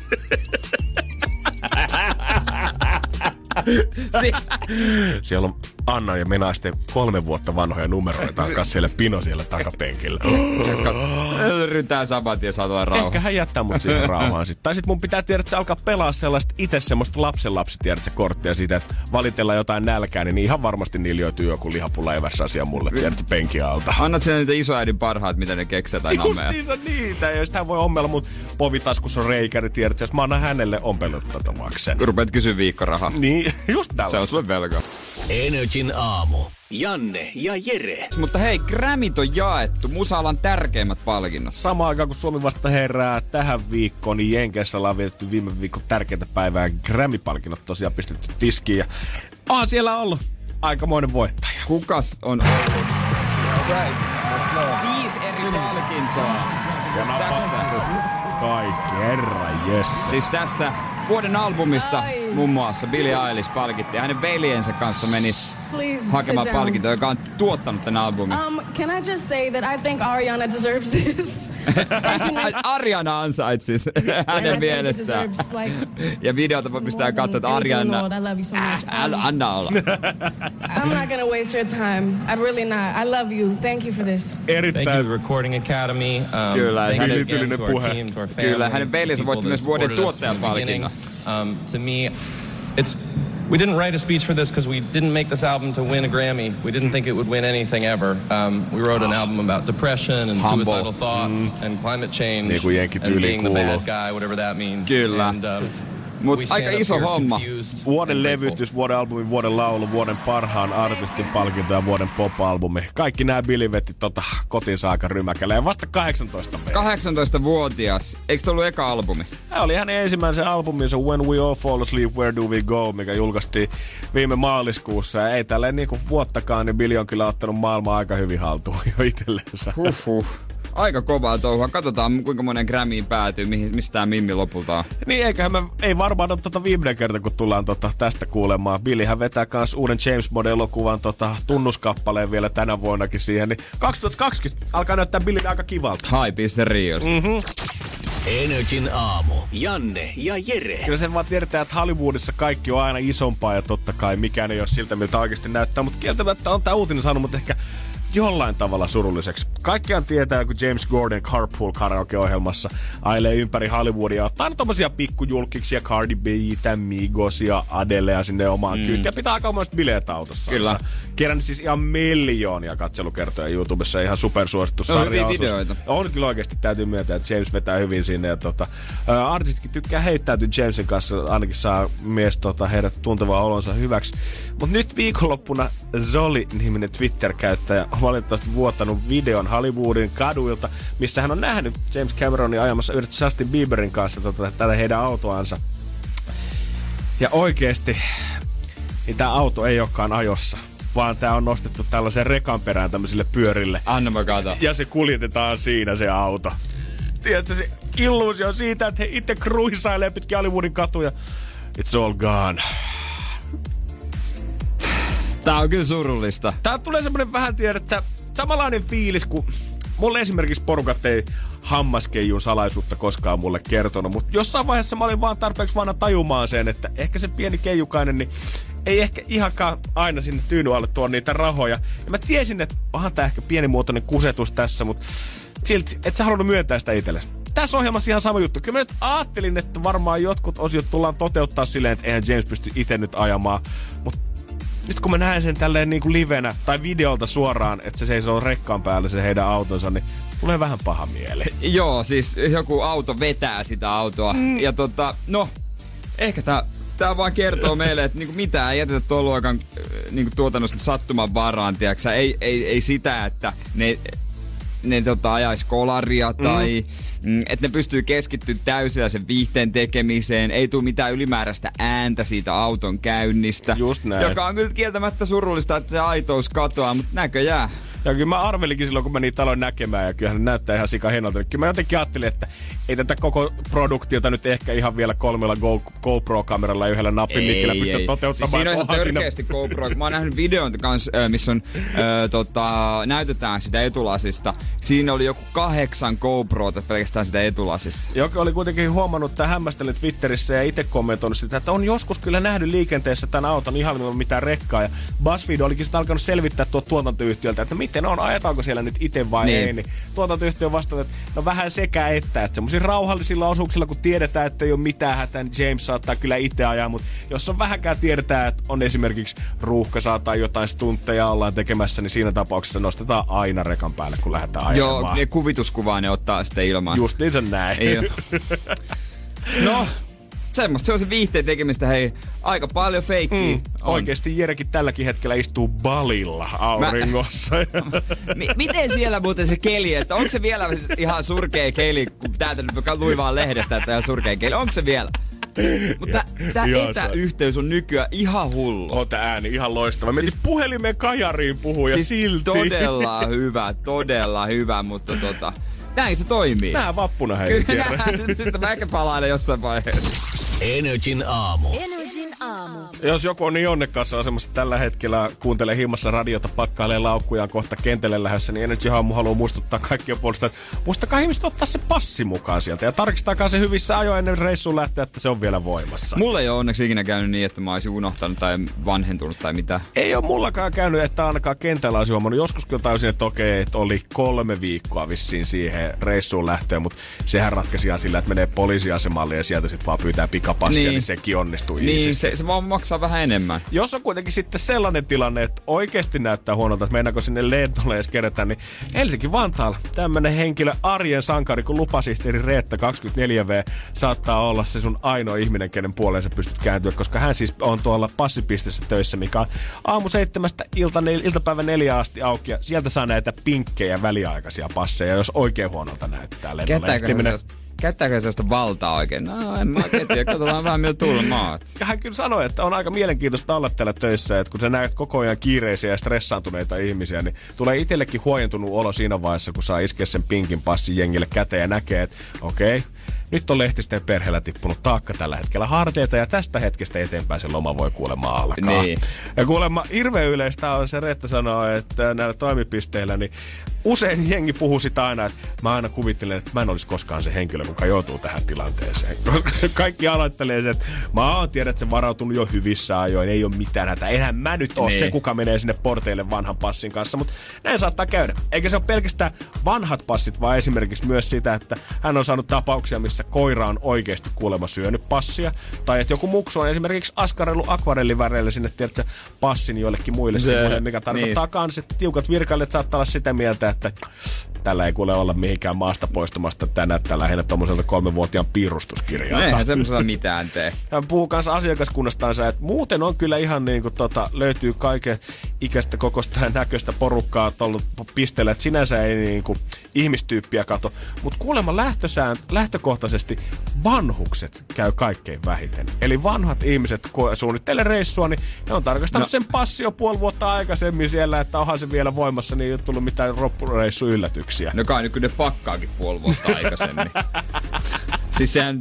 Siellä on Anna ja Menaisten 3 vuotta vanhoja numeroita kanssa siellä pino siellä takapenkillä. Ryntää saman tien saatoa rauhassa. Ehkä hän jättää mut siihen rauhaan sitten. Tai sit mun pitää tiedä, että se alkaa pelaa sellaista itse semmoista lapsenlapsi, tiedät se korttia siitä, että valitellaan jotain nälkää, niin ihan varmasti niillä löytyy joku lihapulla evässä asia mulle, tiedät se penkin alta. Annat sen niitä isoäidin parhaat, mitä ne keksää tai nameja. Justiinsa niitä, ja sit hän voi ommella mun povitaskussa on reikäri, tiedät jos mä annan hänelle ompeluttavakseen. Rupeat kysyä viikkorahaa. Niin, just tällaista. Se on sulle velkaa. Energin aamu. Janne ja Jere. Mutta hei, Grammit on jaettu. Musa-alan tärkeimmät palkinnot. Samaan aikaan kun Suomi vasta herää tähän viikkoon, niin Jenkeissä ollaan vietetty viime viikon tärkeintä päivää. Grammy-palkinnot tosiaan pistetty tiskiin. Ja on siellä ollut aikamoinen voittaja. Kukas on? Right. 5 eri palkintoa. Ja tässä. Kaikki, herran jes. Siis tässä vuoden albumista muun muassa Billie Eilish palkitti ja hänen veljensä kanssa meni hakemaan palkintoa, joka on tuottanut tämän albumin. Can I just say that I think Ariana deserves this? Ariana ansaitsis hänen mielestään. Ja videota voi pistää katsoa, että Ariana... Anna olla. I'm not gonna waste your time. I'm really not. I love you. Thank you for this. Erittäin. Thank you Recording Academy. Kyllä, hänen puhe. Kyllä, hänen veljensä voitti myös vuoden tuottajapalkinnon. To me, it's We didn't write a speech for this because we didn't make this album to win a Grammy. We didn't think it would win anything ever. We wrote an album about depression and suicidal thoughts and climate change and being the bad guy, whatever that means. Kyllä. And, Mutta aika iso homma. Vuoden levytys, vuoden albumi, vuoden laulu, vuoden parhaan artistin palkinto ja vuoden pop-albumi. Kaikki nämä Billy vetti kotinsa aika rymäkällä ja vasta 18 vuotta. 18-vuotias. Eikö se ollut eka albumi? Tämä oli hänen ensimmäisen albuminsa When We All Fall Asleep, Where Do We Go, mikä julkaistiin viime maaliskuussa. Ja ei tälleen niinku vuottakaan, niin Billy on kyllä ottanut maailmaa aika hyvin haltuun jo itsellensä. Aika kovaa touhua. Katsotaan, kuinka monen Grammyin päätyy, mistä tää Mimmi lopulta on. Niin, eiköhän ei varmaan ole viimeinen kerta, kun tullaan tästä kuulemaan. Billyhän vetää kans uuden James Bond-elokuvan tunnuskappaleen vielä tänä vuonnakin siihen. Niin 2020 alkaa näyttää Billy aika kivalta. Hype is the real. Energin aamu. Janne ja Jere. Kyllä sen vaan tiedetään, että Hollywoodissa kaikki on aina isompaa ja totta kai mikään ei ole siltä, miltä oikeasti näyttää. Mutta kieltämättä on tää uutinen saanut, mutta ehkä jollain tavalla surulliseksi. Kaikkiaan tietää, kun James Gordon Carpool Karaoke-ohjelmassa ailee ympäri Hollywoodia. Ottaa aina tommosia pikkujulkiksia, Cardi B:tä, Migosia, Adelea sinne omaan kyytiin. Ja pitää aikamoista bileet autossa. Kyllä. Kerännyt siis ihan miljoonia katselukertoja YouTubessa. Ihan supersuosittu sarja. On kyllä oikeasti, täytyy myöntää, että James vetää hyvin sinne. Ja artistitkin tykkää heittäytyä Jamesin kanssa. Ainakin saa mies heidät tuntevaa olonsa hyväksi. Mutta nyt viikonloppuna Zoli-niminen Twitter-käyttäjä on valitettavasti vuottanut videon Hollywoodin kaduilta, missä hän on nähnyt James Cameronin ajamassa yhdessä Justin Bieberin kanssa tätä heidän autoansa. Ja oikeesti, niin tää auto ei olekaan ajossa, vaan tää on nostettu tällaisen rekan perään tämmöisille pyörille. Anna mä kato. Ja se kuljetetaan siinä se auto. Tiedätkö se illuusio siitä, että he itse kruisailee pitkin Hollywoodin katuja. It's all gone. Tää on kyllä surullista. Tää tulee semmonen vähän, tiedätkö, samanlainen fiilis, kun mulle esimerkiksi porukat ei hammaskeijun salaisuutta koskaan mulle kertonut, mutta jossain vaiheessa mä olin vaan tarpeeksi vanha tajumaan sen, että ehkä se pieni keijukainen, niin ei ehkä ihankaan aina sinne tyynyn alle tuo niitä rahoja. Ja mä tiesin, että onhan tää ehkä pienimuotoinen kusetus tässä, mutta silti et sä halunnut myöntää sitä itsellesi. Tässä ohjelmassa ihan sama juttu. Kyllä mä nyt ajattelin, että varmaan jotkut osiot tullaan toteuttaa silleen, että eihän James pysty itse nyt ajamaan, mutta nyt kun mä näen sen tälleen niin kuin livenä tai videolta suoraan, että se seisoo rekkaan päällä se heidän autonsa, niin tulee vähän paha mieleen. Joo, siis joku auto vetää sitä autoa. Ja ehkä tää vaan kertoo meille, että niinku mitään ei jätetä tuon luokan niinku tuotannosta sattuman varaan, tiiäksä. Ei sitä, että ne ajais kolaria tai että ne pystyy keskittymään täysillä sen viihteen tekemiseen. Ei tule mitään ylimääräistä ääntä siitä auton käynnistä. Just näin. Joka on kyllä kieltämättä surullista, että se aitous katoaa, mutta näköjään. Ja kyllä mä arvelinkin silloin, kun mä niitä aloin näkemään, ja kyllähän ne näyttää ihan sikahennalta. Kyllä mä jotenkin ajattelin, että ei tätä koko produktiota nyt ehkä ihan vielä 3 GoPro-kameralla ja yhdellä nappimikillä pystyä toteuttamaan. Siis siinä on ihan törkeästi GoPro. Mä oon nähnyt videon kanssa, missä on, näytetään sitä etulasista. Siinä oli joku 8 GoProta pelkästään sitä etulasissa. Joka oli kuitenkin huomannut tai hämmästellyt Twitterissä ja itse kommentoinut sitä, että on joskus kyllä nähnyt liikenteessä tämän auton ihan ilman mitään rekkaa. Ja BuzzFeed olikin sitten alkanut selvittää tuo tuotantoyhtiöltä, että miten on, ajetaanko siellä nyt itse vai ei. Niin tuotantoyhtiö vastasi, että no vähän sekä että semmoisilla rauhallisilla osuuksilla, kun tiedetään, että ei ole mitään hätää, niin James saattaa kyllä itse ajaa, mutta jos on vähänkään tiedetään, että on esimerkiksi ruuhkasaa tai jotain stuntteja ollaan tekemässä, niin siinä tapauksessa nostetaan aina rekan päälle, kun lähdetään ajamaan. Joo, ja kuvituskuvaa ne ottaa sitten ilmaan. Justiinsa näin. No, semmoista se on se viihteen tekemistä, hei, aika paljon feikkiä. Oikeesti Jerekin tälläkin hetkellä istuu Balilla auringossa. Miten siellä muuten se keli, että onko se vielä ihan surkea keli, kun täältä luin vaan lehdestä, että ihan surkea keli, onko se vielä? Mutta tää etäyhteys on nykyään ihan hullu. On tää ääni ihan loistava. Siis puhelimen kajariin puhuu ja silti. Todella hyvä, mutta näin se toimii. Nää vappuna hei. Kyllä, nyt mä ehkä palailen jossain vaiheessa. Energin aamu. Jos joku on niin onnekkaassa asemassa tällä hetkellä, kuuntelee himmassa radiota, pakkailee laukkujaan kohta kentälle lähdössä, niin Energy Aamu haluaa muistuttaa kaikkia puolesta, että muistakaa ihmiset ottaa se passi mukaan sieltä ja tarkistakaa se hyvissä ajoin ennen reissuun lähteä, että se on vielä voimassa. Mulla ei ole onneksi ikinä käynyt niin, että mä olisin unohtanut tai vanhentunut tai mitä. Ei ole mullakaan käynyt, että ainakaan kentällä olisi huomannut. Joskus kyllä tajusin, että okei, että oli 3 viikkoa vissiin siihen reissuun lähtöön, mutta sehän ratkaisi ihan sillä, että menee poliisiasemalle ja sieltä sitten vaan pyytää pikapassia, niin sekin onnistui niin, Se vaan maksaa vähän enemmän. Jos on kuitenkin sitten sellainen tilanne, että oikeasti näyttää huonolta, että meinaako sinne lentolle edes kerätä, niin Helsinki-Vantaalla tämmönen henkilö, arjen sankari, kun lupasihteeri Reetta 24V saattaa olla se sun ainoa ihminen, kenen puoleen sä pystyt kääntyä, koska hän siis on tuolla passipisteessä töissä, mikä on aamu 7 iltapäivä 4 asti auki, ja sieltä saa näitä pinkkejä väliaikaisia passeja, jos oikein huonolta näyttää lennolle. Käyttääkö sellaista valtaa oikein? No, en mä oikein tiedä. Katsotaan vähän, miltä tulmaat. Ja hän kyllä sanoi, että on aika mielenkiintoista olla täällä töissä, että kun sä näet koko ajan kiireisiä ja stressaantuneita ihmisiä, niin tulee itsellekin huojentunut olo siinä vaiheessa, kun saa iskeä sen pinkin passin jengille käteen ja näkee, että okei, nyt on Lehtisten perheellä tippunut taakka tällä hetkellä harteita ja tästä hetkestä eteenpäin se loma voi kuulemma alkaa. Niin. Ja kuulemma hirveän yleistä on se, Reetta sanoo, että näillä toimipisteillä niin usein jengi puhuu sitä aina, että mä aina kuvittelen, että mä en olisi koskaan se henkilö, joka joutuu tähän tilanteeseen. Kaikki aloittelee sen, että mä oon tiedä, että se varautunut jo hyvissä ajoin, ei ole mitään hätää. Eihän mä nyt ole se, kuka menee sinne porteille vanhan passin kanssa, mutta näin saattaa käydä. Eikä se ole pelkästään vanhat passit, vaan esimerkiksi myös sitä, että hän on saanut tapauksia, missä koira on oikeasti kuulemma syönyt passia. Tai että joku muksu on esimerkiksi askarellut akvarelliväreillä sinne, tiedätkö, passin joillekin muille sivuille, mikä tarkoittaa kans, että tiukat virkailijat saattaa olla sitä mieltä, että tällä ei kuule olla mihinkään maasta poistumasta. Tää näyttää lähinnä tommoselta 3-vuotiaan piirustuskirjalta. Eihän semmoisella mitään tee. Hän puhuu kanssa asiakaskunnastansa, että muuten on kyllä ihan niinku löytyy kaiken ikäistä kokosta ja näköistä porukkaa tuolla pisteellä, että sinänsä ei niinku ihmistyyppiä kato. Mutta kuulemma lähtökohtaisesti vanhukset käy kaikkein vähiten. Eli vanhat ihmiset, kun suunnittelee reissua, niin ne on tarkastanut sen passi jo puoli vuotta aikaisemmin siellä, että onhan se vielä voimassa, niin ei ole tullut mitään roppureissu yllätyksiä. No kai nyt kun ne pakkaakin puoli vuotta aikaisemmin. Siis se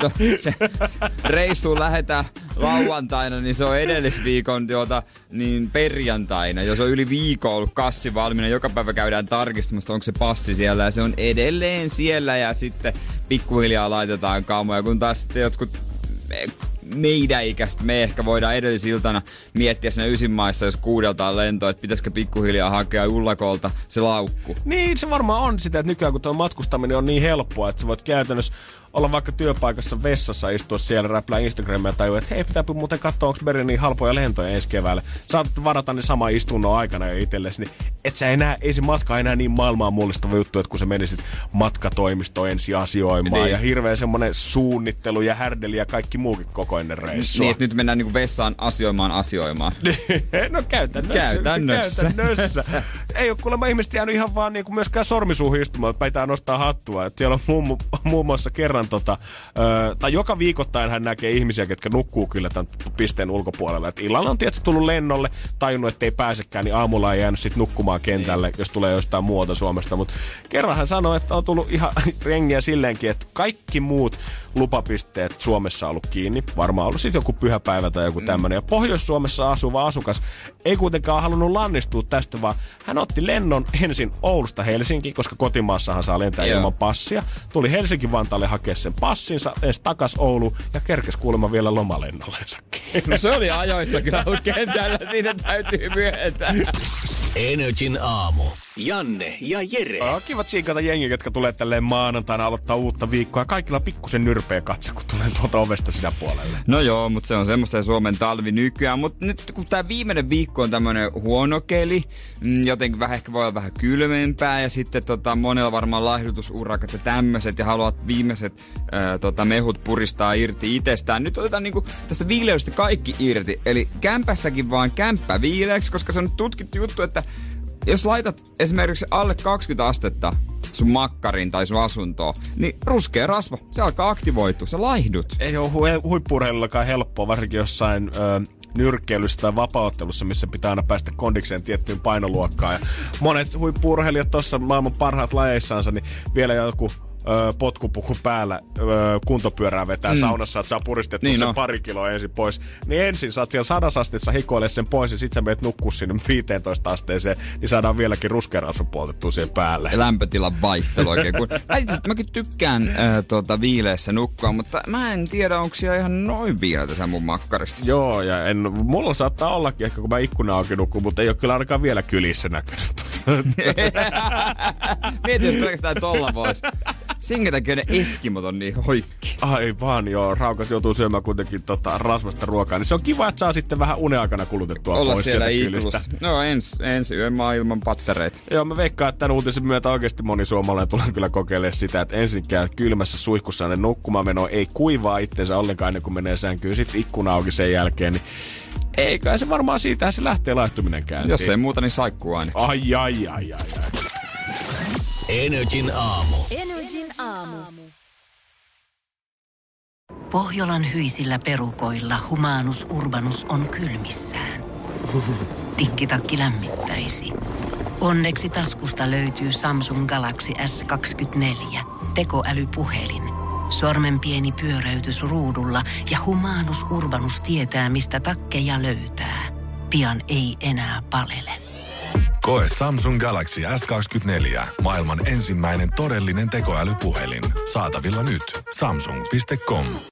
reissuun lähdetään lauantaina, niin se on edellisviikon niin perjantaina. Jos on yli viikon ollut kassi valmiina, joka päivä käydään tarkistamassa, onko se passi siellä. Ja se on edelleen siellä ja sitten pikkuhiljaa laitetaan kamoja. Kun taas sitten jotkut meidän ikäistä, me ehkä voidaan edellisiltana miettiä siinä 9 maissa, jos 6 lentoa, että pitäisikö pikkuhiljaa hakea Ullakolta se laukku. Niin, se varmaan on sitä, että nykyään kun tuo matkustaminen on niin helppoa, että sä voit käytännössä olla vaikka työpaikassa vessassa, istua siellä, räplää Instagramia ja tajua, että hei, pitääpä muuten katsoa, onko meri niin halpoja lentoja ensi keväällä. Saatat varata ne sama istunnon aikana jo itsellesi, niin et sä ei se matka enää niin maailmaa mullistava juttu, että kun sä menisit matkatoimistoon ensin asioimaan niin. Ja hirveä semmonen suunnittelu ja härdeli ja kaikki muukin koko ennen reissua. Niin, että nyt mennään niinku vessaan asioimaan. No käytännössä. Ei oo kuulemma ihmiset jäänyt ihan vaan niinku myöskään sormisuuhin istumaan, että pitää nostaa hattua. Et siellä on muun muassa kerran tai joka viikoittain hän näkee ihmisiä, ketkä nukkuu kyllä tämän pisteen ulkopuolella. Et illalla on tietysti tullut lennolle, tajunnut, ettei pääsekään, niin aamulla ei jäänyt sit nukkumaan kentälle, jos tulee jostain muualta Suomesta. Mutta kerran hän sanoi, että on tullut ihan rengiä silleenkin, että kaikki muut lupapisteet Suomessa on ollut kiinni. Varmaan ollut sitten joku pyhäpäivä tai joku tämmöinen. Ja Pohjois-Suomessa asuva asukas ei kuitenkaan halunnut lannistua tästä, vaan hän otti lennon ensin Oulusta Helsinkiin, koska kotimaassahan saa lentää ilman passia. Tuli Helsinki-Vantaalle hakea sen passinsa, ensin takas Ouluun ja kerkes kuulemma vielä lomalennollensakin. No se oli ajoissa kyllä kentällä, siinä täytyy myöntää. Energin aamu. Janne ja Jere. Kiva tsiikata jengi, jotka tulee tälleen maanantaina aloittaa uutta viikkoa. Kaikilla pikkusen nyrpeä katse, kun tulee tuolta ovesta sitä puolelle. No joo, mutta se on semmoista Suomen talvi nykyään. Mutta nyt kun tää viimeinen viikko on tämmönen huono keli, jotenkin ehkä voi olla vähän kylmempää. Ja sitten monella varmaan laihdutusurakat ja tämmöiset. Ja haluat viimeiset mehut puristaa irti itsestään. Nyt otetaan niinku tästä viileydestä kaikki irti. Eli kämpässäkin vaan kämppä viileeksi, koska se on nyt tutkittu juttu, että jos laitat esimerkiksi alle 20 astetta sun makkarin tai sun asuntoon, niin ruskea rasva, se alkaa aktivoitua, sä laihdut. Ei ole huippu-urheilullakaan helppoa, varsinkin jossain nyrkkeilyssä tai vapauttelussa, missä pitää aina päästä kondikseen tiettyyn painoluokkaan. Ja monet huippu-urheilijat tuossa maailman parhaat lajeissansa, niin vielä joku potkupuku päällä kuntopyörää vetää saunassa, että saa puristettu niin sen pari kiloa ensin pois. Niin ensin saat siellä 100 asteessa hikoile sen pois ja sit sä meet nukkuu sinne 15 asteeseen, niin saadaan vieläkin ruskearasva poltettua siihen päälle. Ja lämpötilan vaihtelu oikein. Mäkin tykkään viileessä nukkua, mutta mä en tiedä, onko siellä ihan noin viileitä sen mun makkarissa. Joo, ja mulla saattaa ollakin ehkä, kun mä ikkuna auki nukkuu, mutta ei ole kyllä ainakaan vielä kylissä näkynyt. Mietin, jos pelkästään tolla vois. Senkin takia ne eskimot on niin hoikki. Aivan joo, raukat joutuu syömään kuitenkin rasvasta ruokaa. Niin se on kiva, että saa sitten vähän unen aikana kulutettua olla pois siellä sieltä kylistä. No ensi yön mä oon ilman pattereita. Joo, mä veikkaan, että tämän uutisen myötä oikeasti moni suomalainen tulee kyllä kokeilemaan sitä, että ensin käy kylmässä suihkussa ne nukkumaan ei kuivaa itseensä ollenkaan ennen kuin menee sänkyyn. Sitten ikkuna auki sen jälkeen, niin eikä se varmaan siitähän se lähtee laihtuminen käyntiin. Jos ei muuta, niin saikkuu aina. Ai. Energin aamu. Pohjolan hyisillä perukoilla Humanus Urbanus on kylmissään. Tikkitakki lämmittäisi. Onneksi taskusta löytyy Samsung Galaxy S24. Tekoälypuhelin. Sormen pieni pyöräytys ruudulla ja Humanus Urbanus tietää, mistä takkeja löytää. Pian ei enää palele. Koe Samsung Galaxy S24. Maailman ensimmäinen todellinen tekoälypuhelin. Saatavilla nyt. Samsung.com.